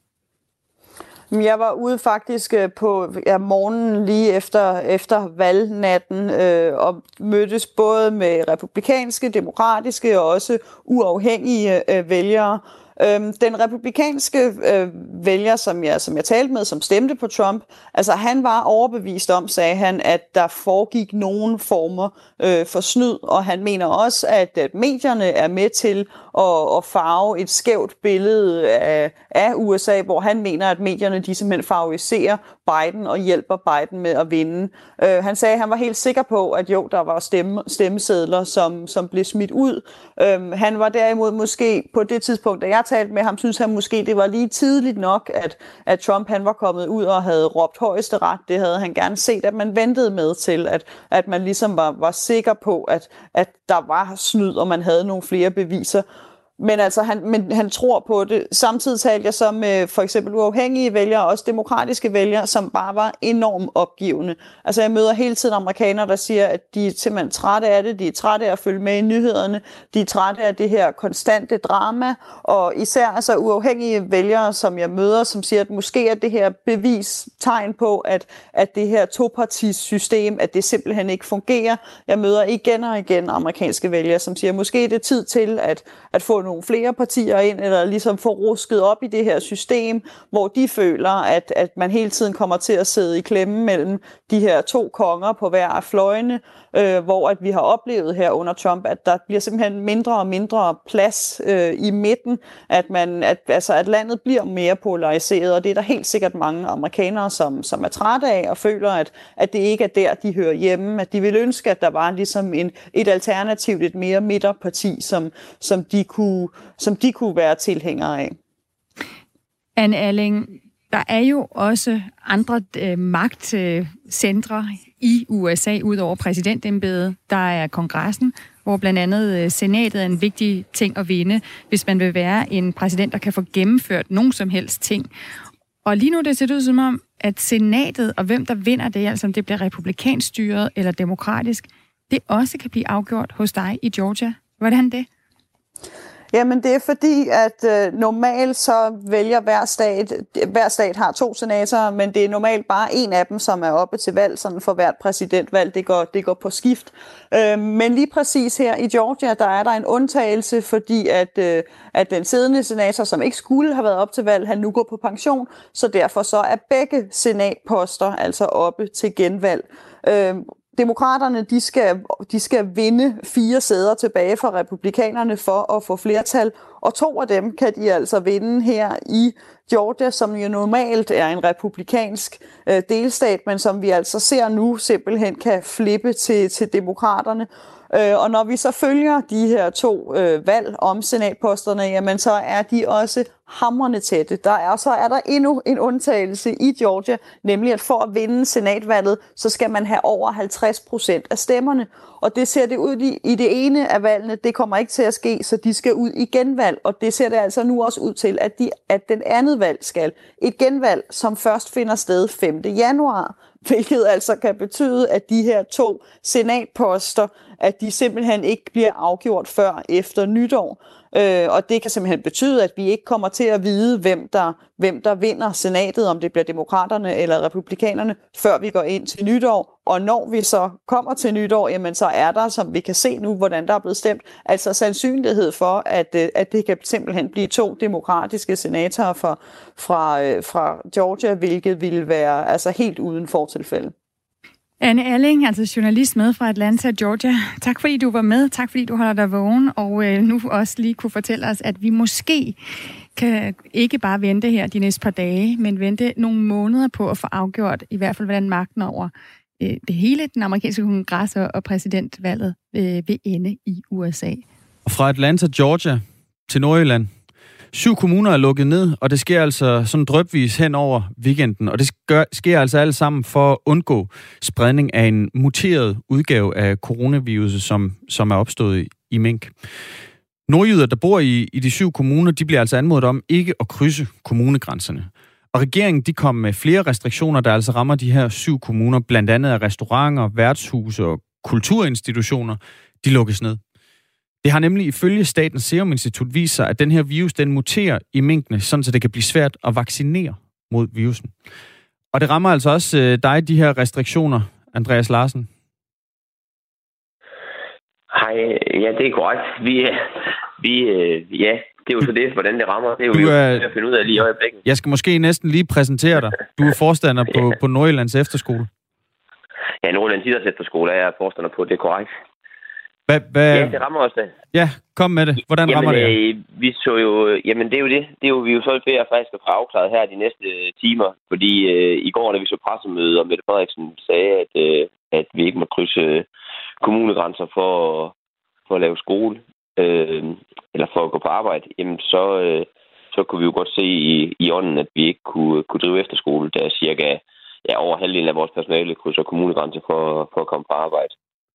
Jeg var ude faktisk på morgenen lige efter valgnatten og mødtes både med republikanske, demokratiske og også uafhængige vælgere. Den republikanske vælger, som jeg talte med, som stemte på Trump, altså han var overbevist om, sagde han, at der foregik nogen former for snyd, og han mener også, at medierne er med til at farve et skævt billede af USA, hvor han mener, at medierne de simpelthen favoriserer Biden og hjælper Biden med at vinde. Han sagde, at han var helt sikker på, at jo, der var stemmesedler, som blev smidt ud. Han var derimod måske på det tidspunkt, da jeg talte med ham, synes han måske, det var lige tidligt nok, at Trump han var kommet ud og havde råbt højesteret. Det havde han gerne set, at man ventede med til, at man ligesom var sikker på, at der var snyd, og man havde nogle flere beviser. Men altså, han tror på det. Samtidig talte jeg så med for eksempel uafhængige vælgere, også demokratiske vælgere, som bare var enormt opgivende. Altså, jeg møder hele tiden amerikanere, der siger, at de er simpelthen trætte af det, de er trætte af at følge med i nyhederne, de er trætte af det her konstante drama, og især altså uafhængige vælgere, som jeg møder, som siger, at måske er det her bevistegn på, at det her topartisystem, at det simpelthen ikke fungerer. Jeg møder igen og igen amerikanske vælgere, som siger, at måske er det tid til at få nogle flere partier ind, eller ligesom få rusket op i det her system, hvor de føler, at man hele tiden kommer til at sidde i klemme mellem de her to konger på hver af fløjene, hvor at vi har oplevet her under Trump, at der bliver simpelthen mindre og mindre plads i midten, at landet bliver mere polariseret, og det er der helt sikkert mange amerikanere, som er trætte af, og føler, at det ikke er der, de hører hjemme, at de vil ønske, at der var ligesom et alternativ, et mere midterparti, som de kunne være tilhængere af. Anne Alling, der er jo også andre magtcentre i USA, ud over præsidentembedet. Der er kongressen, hvor blandt andet senatet er en vigtig ting at vinde, hvis man vil være en præsident, der kan få gennemført nogen som helst ting. Og lige nu det ser ud som om, at senatet og hvem der vinder det, altså om det bliver republikansk styret eller demokratisk, det også kan blive afgjort hos dig i Georgia. Hvordan det? Jamen det er fordi, at normalt så vælger hver stat har 2 senatorer, men det er normalt bare en af dem, som er oppe til valg, sådan for hvert præsidentvalg, det går på skift. Men lige præcis her i Georgia, der er der en undtagelse, fordi at den siddende senator, som ikke skulle have været op til valg, han nu går på pension, så derfor så er begge senatposter altså oppe til genvalg. Demokraterne, de skal vinde 4 sæder tilbage fra republikanerne for at få flertal, og 2 af dem kan de altså vinde her i Georgia, som jo normalt er en republikansk delstat, men som vi altså ser nu simpelthen kan flippe til demokraterne. Og når vi så følger de her 2 valg om senatposterne, jamen så er de også hamrende tætte. Så er der endnu en undtagelse i Georgia, nemlig at for at vinde senatvalget, så skal man have over 50% af stemmerne. Og det ser det ud i det ene af valgene, det kommer ikke til at ske, så de skal ud i genvalg. Og det ser det altså nu også ud til, at den andet valg skal. Et genvalg, som først finder sted 5. januar, hvilket altså kan betyde, at de her 2 senatposter, at de simpelthen ikke bliver afgjort før efter nytår. Og det kan simpelthen betyde, at vi ikke kommer til at vide, hvem der vinder senatet, om det bliver demokraterne eller republikanerne, før vi går ind til nytår. Og når vi så kommer til nytår, jamen så er der, som vi kan se nu, hvordan der er blevet stemt, altså sandsynlighed for, at det kan simpelthen blive 2 demokratiske senatorer fra Georgia, hvilket ville være altså helt uden fortilfælde. Anne Alling, altså journalist med fra Atlanta, Georgia. Tak fordi du var med, tak fordi du holder dig vågen, og nu også lige kunne fortælle os, at vi måske kan ikke bare vente her de næste par dage, men vente nogle måneder på at få afgjort, i hvert fald hvordan magten over det hele, den amerikanske kongres og præsidentvalget vil ende i USA. Fra Atlanta, Georgia til Nordjylland. 7 kommuner er lukket ned, og det sker altså sådan drypvis hen over weekenden. Og det sker altså alt sammen for at undgå spredning af en muteret udgave af coronaviruset, som er opstået i mink. Nordjyder, der bor i de 7 kommuner, de bliver altså anmodet om ikke at krydse kommunegrænserne. Og regeringen, de kom med flere restriktioner, der altså rammer de her 7 kommuner, blandt andet af restauranter, værtshuse og kulturinstitutioner, de lukkes ned. Det har nemlig ifølge Statens Serum Institut vist sig, at den her virus, den muterer i minkene, sådan så det kan blive svært at vaccinere mod virusen. Og det rammer altså også dig, de her restriktioner, Andreas Larsen. Hej, ja, det er korrekt. Ja, det er jo så det, hvordan det rammer. Det er jo at finde ud af lige i øjeblikket. Jeg skal måske næsten lige præsentere dig. Du er forstander på Nordjyllands Efterskole. Ja, Nordjyllands Idræts Efterskole er jeg forstander på, det er korrekt. Ja, det rammer os da. Ja, kom med det. Hvordan rammer det? Vi så jo, jamen det er jo det. Det er jo, vi er jo så ved at faktisk få afklaret her de næste timer. Fordi i går, da vi så pressemøde, og Mette Frederiksen sagde, at vi ikke må krydse kommunegrænser for at lave skole, eller for at gå på arbejde, jamen så kunne vi jo godt se i ånden, at vi ikke kunne drive efterskole, da cirka over halvdelen af vores personale krydser kommunegrænser for at komme på arbejde.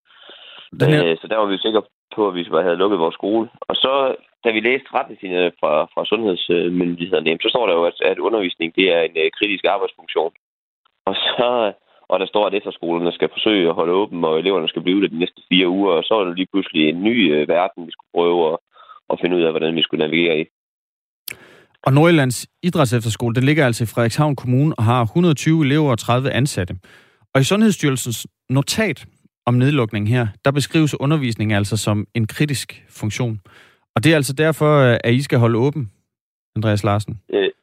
Så der var vi jo sikre på, at vi havde lukket vores skole. Og så, da vi læste retningslinjerne fra sundhedsmyndighederne, så står der jo, at undervisning det er en kritisk arbejdsfunktion. Og der står, at efterskolerne skal forsøge at holde åben, og eleverne skal blive det de næste 4 uger. Og så er der lige pludselig en ny verden, vi skulle prøve at finde ud af, hvordan vi skulle navigere i. Og Nordjyllands Idrætsefterskole, den ligger altså i Frederikshavn Kommune og har 120 elever og 30 ansatte. Og i Sundhedsstyrelsens notat om nedlukning her, der beskrives undervisning altså som en kritisk funktion. Og det er altså derfor, at I skal holde åben, Andreas Larsen.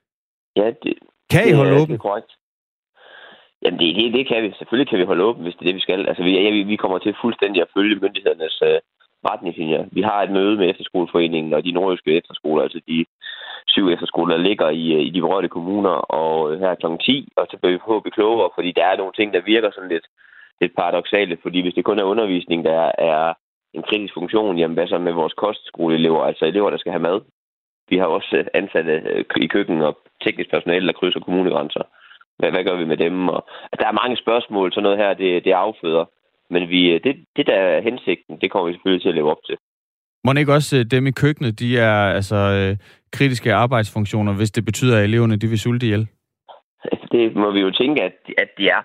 Kan I holde åben? Det er korrekt. Jamen, det kan vi. Selvfølgelig kan vi holde åben, hvis det er det, vi skal. Altså, vi kommer til fuldstændig at følge myndighedernes retningslinjer. Vi har et møde med Efterskoleforeningen og de nordjyske efterskoler, altså de 7 efterskoler, der ligger i de berørte kommuner, og her kl. 10, og så bliver vi forhåbentlig klogere, fordi der er nogle ting, der virker sådan lidt paradoksale, fordi hvis det kun er undervisning, der er en kritisk funktion, jamen hvad så med vores kostskoleelever, altså elever, der skal have mad. Vi har også ansatte i køkken og teknisk personale, der krydser kommunegrænser. Hvad gør vi med dem? Og der er mange spørgsmål, sådan noget her, det afføder. Men det der er hensigten, det kommer vi selvfølgelig til at leve op til. Må ikke også dem i køkkenet, de er altså kritiske arbejdsfunktioner, hvis det betyder, at eleverne de vil sulte ihjel? Det må vi jo tænke, at de er.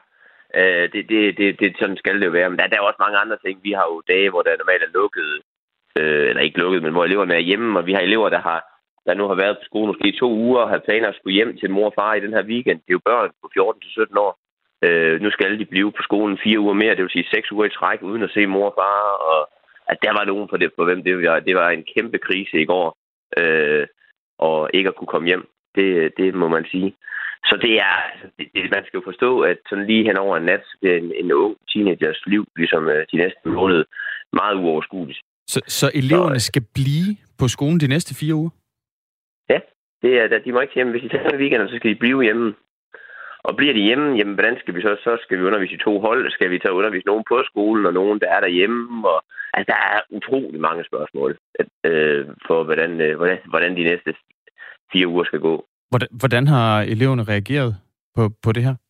Det sådan skal det jo være. Men der er også mange andre ting. Vi har jo dage, hvor der normalt er lukket, eller ikke lukket, men hvor eleverne er hjemme, og vi har elever, der nu har været på skole måske 2 uger, og har planer at skulle hjem til mor og far i den her weekend. Det er jo børn på 14 til 17 år. Nu skal de blive på skolen 4 uger mere, det vil sige 6 uger i træk, uden at se mor og far. Og at der var nogen for hvem det var en kæmpe krise i går, og ikke at kunne komme hjem. Det må man sige. Så man skal jo forstå, at sådan lige hen over en nat, det er en ung teenagers liv, ligesom de næste måned, meget uoverskueligt. Så eleverne skal blive på skolen de næste 4 uger? Ja, de må ikke hjemme. Hvis de tager en weekend, så skal de blive hjemme. Og bliver de hjemme, jamen hvordan skal vi så skal vi undervise i 2 hold? Skal vi tage undervise nogen på skolen, og nogen, der er derhjemme? Og, altså, der er utrolig mange spørgsmål for, hvordan de næste 4 uger skal gå. Hvordan har eleverne reageret på det her?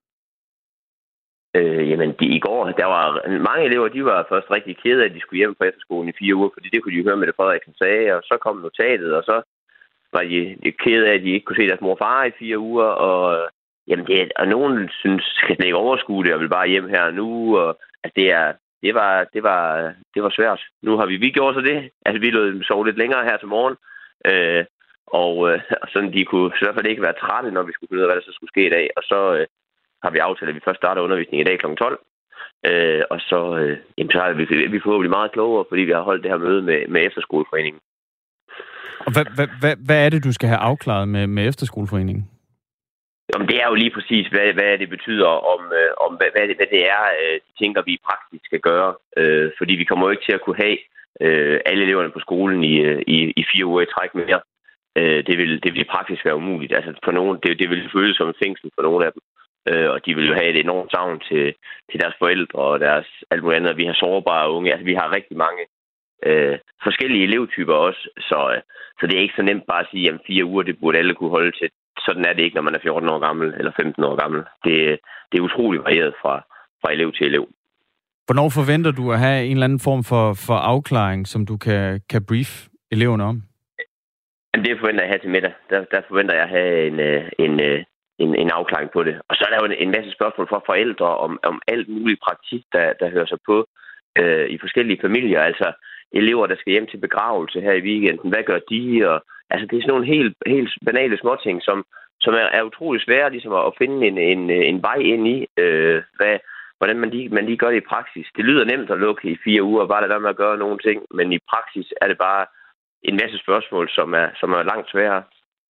Jamen, i går, der var mange elever, de var først rigtig kede af, at de skulle hjem fra efterskolen i 4 uger, fordi det kunne de høre, Mette Frederiksen sagde, og så kom notatet, og så var de kede af, at de ikke kunne se deres mor og far i 4 uger, og jamen og nogen synes, skal slet ikke overskue det, og vil bare hjem her nu, og altså det var svært. Nu har vi gjort så det, altså vi lod dem sove lidt længere her til morgen, og sådan de kunne i hvert fald ikke være trætte, når vi skulle finde ud af, hvad der så skulle ske i dag, og så har vi aftalt, at vi først starter undervisning i dag kl. 12, og så er vi forhåbentlig meget klogere, fordi vi har holdt det her møde med Efterskoleforeningen. Og hvad er det, du skal have afklaret med Efterskoleforeningen? Jamen, det er jo lige præcis, hvad det betyder, om hvad det er, de tænker, vi i praksis skal gøre. Fordi vi kommer jo ikke til at kunne have alle eleverne på skolen i 4 uger i træk mere. Det vil i praksis være umuligt. Altså, for nogen, det vil føles som en fængsel for nogle af dem. Og de vil jo have et enormt savn til deres forældre og deres alt muligt andet. Vi har sårbare unge. Altså, vi har rigtig mange forskellige elevtyper også. Så det er ikke så nemt bare at sige, at 4 uger, det burde alle kunne holde til. Sådan er det ikke, når man er 14 år gammel eller 15 år gammel. Det er utroligt varieret fra elev til elev. Hvornår forventer du at have en eller anden form for afklaring, som du kan brief eleverne om? Det forventer jeg at have til middag. Der forventer jeg at have en afklaring på det. Og så er der jo en masse spørgsmål fra forældre om alt muligt praktik, der hører sig på i forskellige familier. Altså elever, der skal hjem til begravelse her i weekenden. Hvad gør de? Og, altså det er sådan nogle helt banale småting, som er utrolig svære ligesom at finde en vej ind i, hvordan man lige gør det i praksis. Det lyder nemt at lukke i 4 uger, bare lade være med at gøre nogle ting, men i praksis er det bare en masse spørgsmål, som er langt sværere.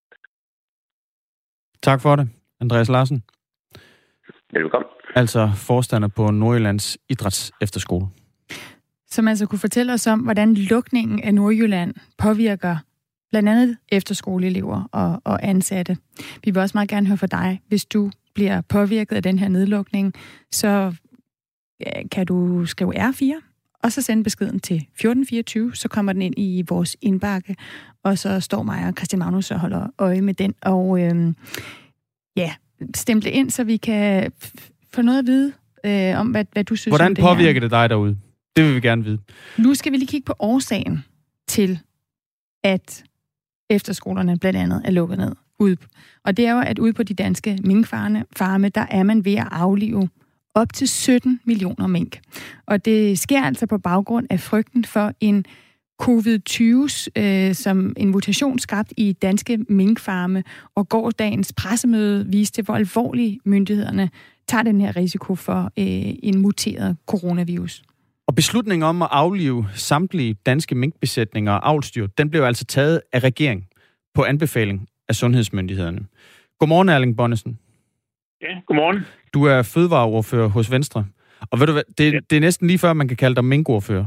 Tak for det, Andreas Larsen. Velkommen. Altså forstander på Nordjyllands Idræts Efterskole. Som altså kunne fortælle os om, hvordan lukningen af Nordjylland påvirker blandt andet efterskoleelever og ansatte. Vi vil også meget gerne høre fra dig. Hvis du bliver påvirket af den her nedlukning, så kan du skrive R4, og så sende beskeden til 1424, så kommer den ind i vores indbakke, og så står mig og Christian Magnus og holder øje med den, og stemple ind, så vi kan få noget at vide om, hvad du synes. Hvordan påvirker det dig derude? Det vil vi gerne vide. Nu skal vi lige kigge på årsagen til, at efterskolerne blandt andet er lukket ned. Og det er jo, at ude på de danske minkfarme, der er man ved at aflive op til 17 millioner mink. Og det sker altså på baggrund af frygten for en COVID-20, som en mutation skabt i danske minkfarme, og gårsdagens pressemøde viste, hvor alvorligt myndighederne tager den her risiko for en muteret coronavirus. Og beslutningen om at aflive samtlige danske minkbesætninger og avlsdyr, den blev altså taget af regeringen på anbefaling af sundhedsmyndighederne. Godmorgen, Erling Bonnesen. Ja, godmorgen. Du er fødevareordfører hos Venstre. Og ved du hvad, det er næsten lige før, man kan kalde dig minkordfører.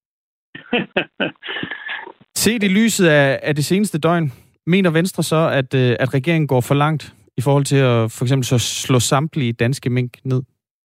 Set i lyset af det seneste døgn, mener Venstre så, at regeringen går for langt i forhold til at for eksempel så slå samtlige danske mink ned?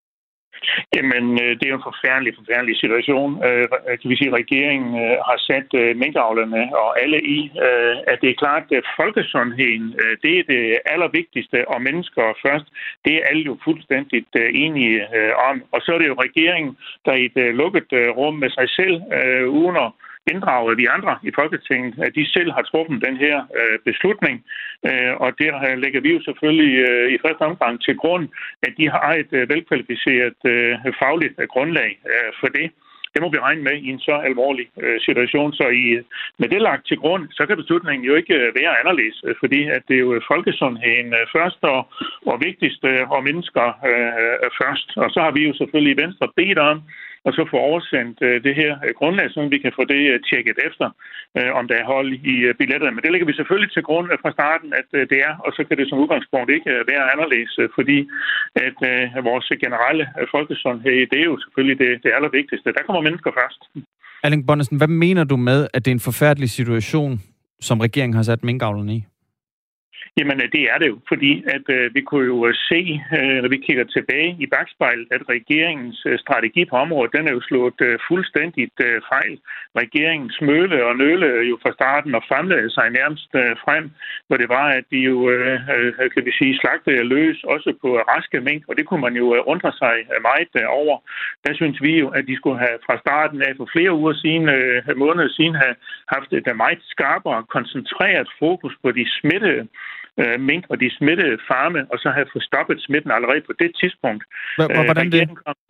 Jamen, det er jo en forfærdelig situation. Kan vi sige, at regeringen har sat minkavlerne og alle i, at det er klart, at folkesundheden, det er det allervigtigste, og mennesker først, det er alle jo fuldstændig enige om. Og så er det jo regeringen, der i et lukket rum med sig selv, uden at inddrage de andre i Folketinget, at de selv har truffet den her beslutning. Og der lægger vi jo selvfølgelig i første omgang til grund, at de har et velkvalificeret fagligt grundlag for det. Det må vi regne med i en så alvorlig situation. Så med det lagt til grund, så kan beslutningen jo ikke være anderledes, fordi at det er jo folkesundheden først og vigtigst, og mennesker først. Og så har vi jo selvfølgelig i Venstre bedt om, og så få oversendt det her grundlag, så vi kan få det tjekket efter, om der er hold i billetterne. Men det lægger vi selvfølgelig til grund fra starten, at det er, og så kan det som udgangspunkt ikke være anderledes, fordi at vores generelle folkesundhed, det er jo selvfølgelig det allervigtigste. Der kommer mennesker først. Erling Bonnesen, hvad mener du med, at det er en forfærdelig situation, som regeringen har sat minkavlerne i? Jamen, det er det jo, fordi at vi kunne jo se, når vi kigger tilbage i bakspejlet, at regeringens strategi på området, den er jo slået fuldstændigt fejl. Regeringen smøle og nøle jo fra starten og famlede sig nærmest frem, hvor det var, at de jo, kan vi sige, slagtede løs også på raske mink, og det kunne man jo undre sig meget over. Der synes vi jo, at de skulle have fra starten af for flere uger siden, måneder siden, have haft et meget skarpere, koncentreret fokus på de smittede mink og de smittede farme, og så have fået stoppet smitten allerede på det tidspunkt. Hvordan det?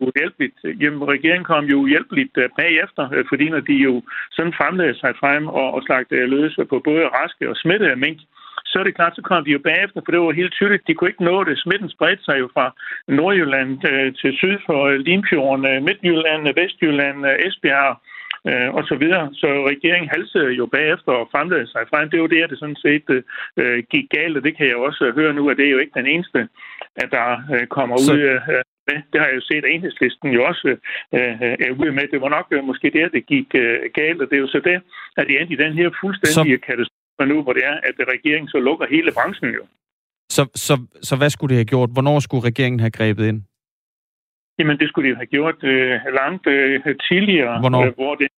Regeringen kom jo hjælpeligt bagefter, fordi når de jo sådan famlede sig frem og slagte løs på både raske og smittede mink, så er det klart, så kom de jo bagefter, for det var helt tydeligt, de kunne ikke nå det. Smitten spredte sig jo fra Nordjylland til syd for Limfjorden, Midtjylland, Vestjylland, Esbjerg, og så videre. Så regeringen halsede jo bagefter og famlede sig frem. Det er jo det sådan set gik galt, og det kan jeg også høre nu, at det er jo ikke den eneste, at der kommer ud med. Det har jeg jo set, at Enhedslisten jo også er ude med. Det var nok måske det gik galt, og det er jo så det, at det endte i den her fuldstændige katastrofe nu, hvor det er, at regeringen så lukker hele branchen jo. Så hvad skulle det have gjort? Hvornår skulle regeringen have grebet ind? Jamen, det skulle de have gjort langt tidligere. Hvornår? Hvor det...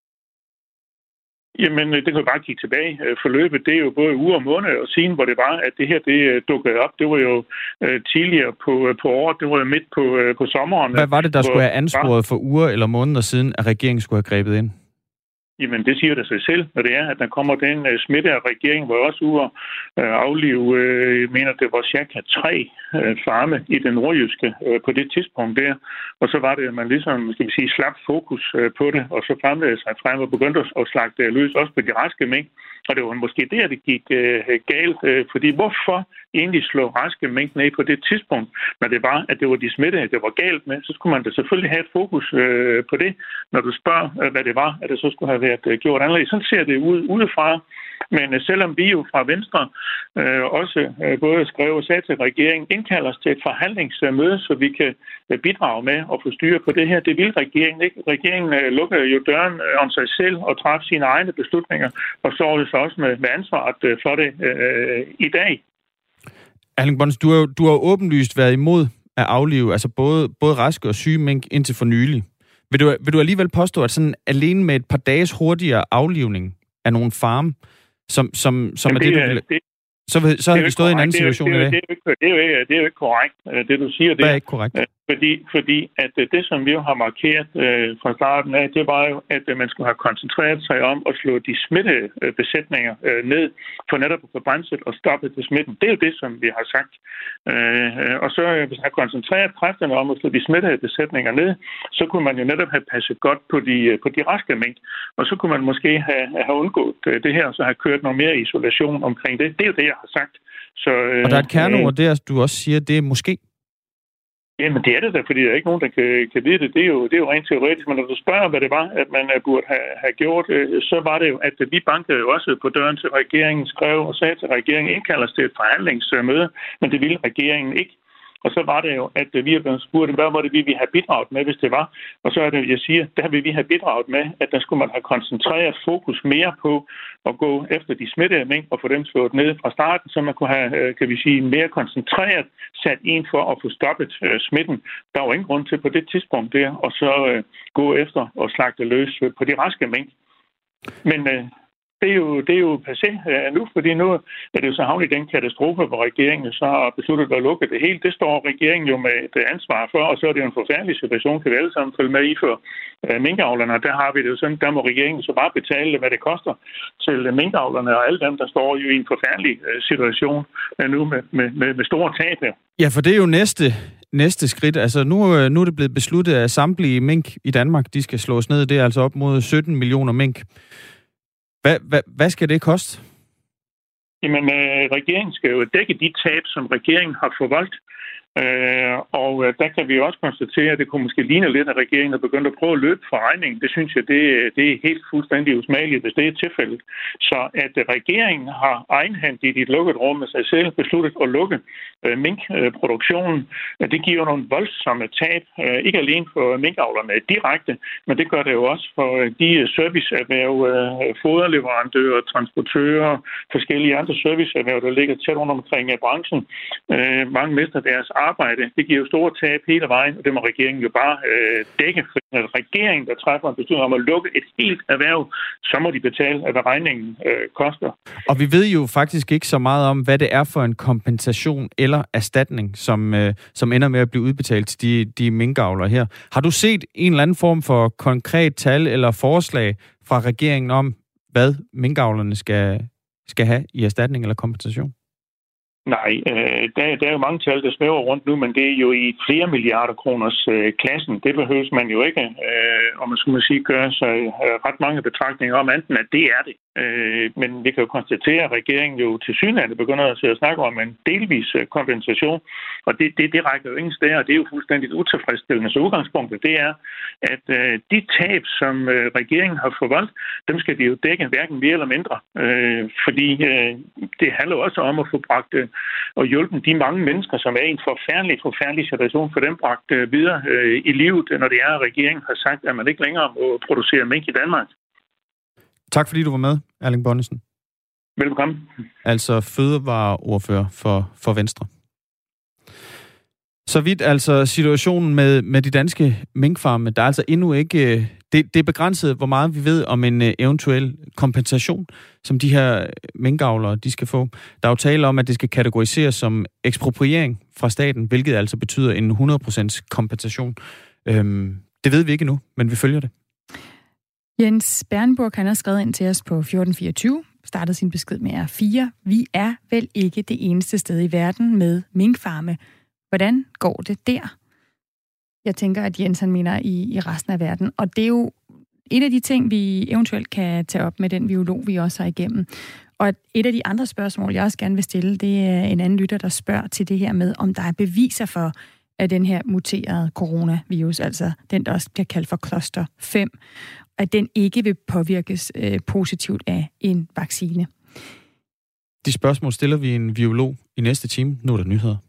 Jamen, det kan jo bare kigge tilbage. Forløbet, det er jo både uger og måneder og siden, hvor det var, at det her det dukkede op. Det var jo tidligere på året. Det var jo midt på sommeren. Hvad var det, der skulle have ansporet for uger eller måneder siden, at regeringen skulle have grebet ind? Jamen, det siger det sig selv, når det er, at der kommer den smitte af regeringen, hvor også ude aflive, mener det var cirka 3 farme i den nordjyske på det tidspunkt der. Og så var det, at man ligesom, skal vi sige, slap fokus på det, og så fremlagde sig frem og begyndte at slagte løs også på de raske mink. Og det var måske der, det gik galt, fordi hvorfor egentlig slå raske mink ned på det tidspunkt, når det var, at det var de smittede, det var galt med, så skulle man da selvfølgelig have et fokus på det, når du spørger, hvad det var, at det så skulle have været gjort anderledes. Sådan ser det ud udefra. Men selvom vi jo fra Venstre også både skrev og sagde til regeringen, indkalder os til et forhandlingsmøde, så vi kan bidrage med at få styr på det her. Det vil regeringen ikke. Regeringen lukker jo døren om sig selv og træffer sine egne beslutninger, og så så også med ansvaret for det i dag. Erling Bonnesen, du har åbenlyst været imod at aflive, altså både raske og syge mink indtil for nylig. Vil du alligevel påstå, at sådan alene med et par dages hurtigere aflivning af nogle farme, som er det, du vil... Så har vi stået i en anden situation i dag. Det er jo ikke korrekt, det du siger. Det er ikke korrekt. Fordi at det, som vi jo har markeret fra starten af, det var jo, at man skulle have koncentreret sig om at slå de smittede besætninger ned, for netop at få bremset og stoppet det smitten. Det er jo det, som vi har sagt. Og så hvis man har koncentreret kræfterne om at slå de smittede besætninger ned, så kunne man jo netop have passet godt på de raske mink. Og så kunne man måske have undgået det her, og så have kørt noget mere isolation omkring det. Det er jo det, jeg har sagt. Så, og der er et kerneord der, du også siger, det er måske. Jamen, det er det da, fordi der er ikke nogen, der kan vide det. Det er jo rent teoretisk. Men når du spørger, hvad det var, at man burde have gjort, så var det jo, at vi bankede jo også på døren til regeringen, skrev og sagde til regeringen, indkalder os til et forhandlingsmøde, men det ville regeringen ikke. Og så var det jo, at vi er blevet spurgt, hvad var det, vi ville have bidraget med, hvis det var. Og så er det, jeg siger, der vil vi have bidraget med, at der skulle man have koncentreret fokus mere på at gå efter de smittede mink og få dem slået ned fra starten, så man kunne have, kan vi sige, mere koncentreret sat ind for at få stoppet smitten. Der var ingen grund til på det tidspunkt der, og så gå efter og slagte løs på de raske mink. Men det er jo passé nu, fordi nu er det jo så havnet i den katastrofe, hvor regeringen så har besluttet at lukke det hele. Det står regeringen jo med et ansvar for, og så er det jo en forfærdelig situation, kan vi alle sammen følge med i for minkavlerne. Der har vi det jo sådan, der må regeringen så bare betale, hvad det koster til minkavlerne og alle dem, der står jo i en forfærdelig situation nu med store tab. Ja, for det er jo næste skridt. Altså nu er det blevet besluttet, at samtlige mink i Danmark, de skal slås ned. Det er altså op mod 17 millioner mink. Hvad skal det koste? Jamen, regeringen skal jo dække de tab, som regeringen har forvoldt. Og der kan vi jo også konstatere, at det kunne måske ligne lidt, at regeringen er begyndt at prøve at løbe fra regningen. Det synes jeg, det er helt fuldstændig usmageligt, hvis det er tilfældet. Så at regeringen har egenhændigt i et lukket rum med sig selv besluttet at lukke minkproduktionen, det giver nogle voldsomme tab. Ikke alene for minkavlerne direkte, men det gør det jo også for de serviceerhverv, foderleverandører, transportører, forskellige andre serviceerhverv, der ligger tæt rundt omkring branchen. Mange mister deres arbejde. Det giver jo store tab hele vejen, og det må regeringen jo bare dække. For når regeringen, der træffer en beslutning om at lukke et helt erhverv, så må de betale, hvad regningen koster. Og vi ved jo faktisk ikke så meget om, hvad det er for en kompensation eller erstatning, som ender med at blive udbetalt til de minkavlere her. Har du set en eller anden form for konkret tal eller forslag fra regeringen om, hvad minkavlerne skal have i erstatning eller kompensation? Nej, der er jo mange tal, der svæver rundt nu, men det er jo i flere milliarder kroners klassen. Det behøves man jo ikke, om man skulle sige, gøre sig ret mange betragtninger om, enten at det er det. Men vi kan jo konstatere, at regeringen jo til synligheden begynder at snakke om en delvis kompensation, og det rækker jo ingen steder, og det er jo fuldstændig utilfredsstillende. Så udgangspunktet det er, at de tab, som regeringen har forvoldt, dem skal de jo dække hverken mere eller mindre, fordi det handler også om at få bragt og hjælpe de mange mennesker, som er i en forfærdelig situation, for dem bragt videre i livet, når det er, at regeringen har sagt, at man ikke længere må producere mink i Danmark. Tak fordi du var med, Erling Bonnesen. Velkommen. Altså fødevareordfører for Venstre. Så vidt altså situationen med de danske minkfarme, der er altså endnu ikke... Det er begrænset, hvor meget vi ved om en eventuel kompensation, som de her minkavlere, de skal få. Der er jo tale om, at det skal kategoriseres som ekspropriering fra staten, hvilket altså betyder en 100% kompensation. Det ved vi ikke endnu, men vi følger det. Jens Bernburg, han har skrevet ind til os på 1424, startede sin besked med R4. Vi er vel ikke det eneste sted i verden med minkfarme. Hvordan går det der? Jeg tænker, at Jens han mener i resten af verden. Og det er jo et af de ting, vi eventuelt kan tage op med den virolog, vi også har igennem. Og et af de andre spørgsmål, jeg også gerne vil stille, det er en anden lytter, der spørger til det her med, om der er beviser for, at den her muterede coronavirus, altså den, der også bliver kaldt for cluster 5, at den ikke vil påvirkes positivt af en vaccine. De spørgsmål stiller vi en virolog i næste time. Nu er der nyheder.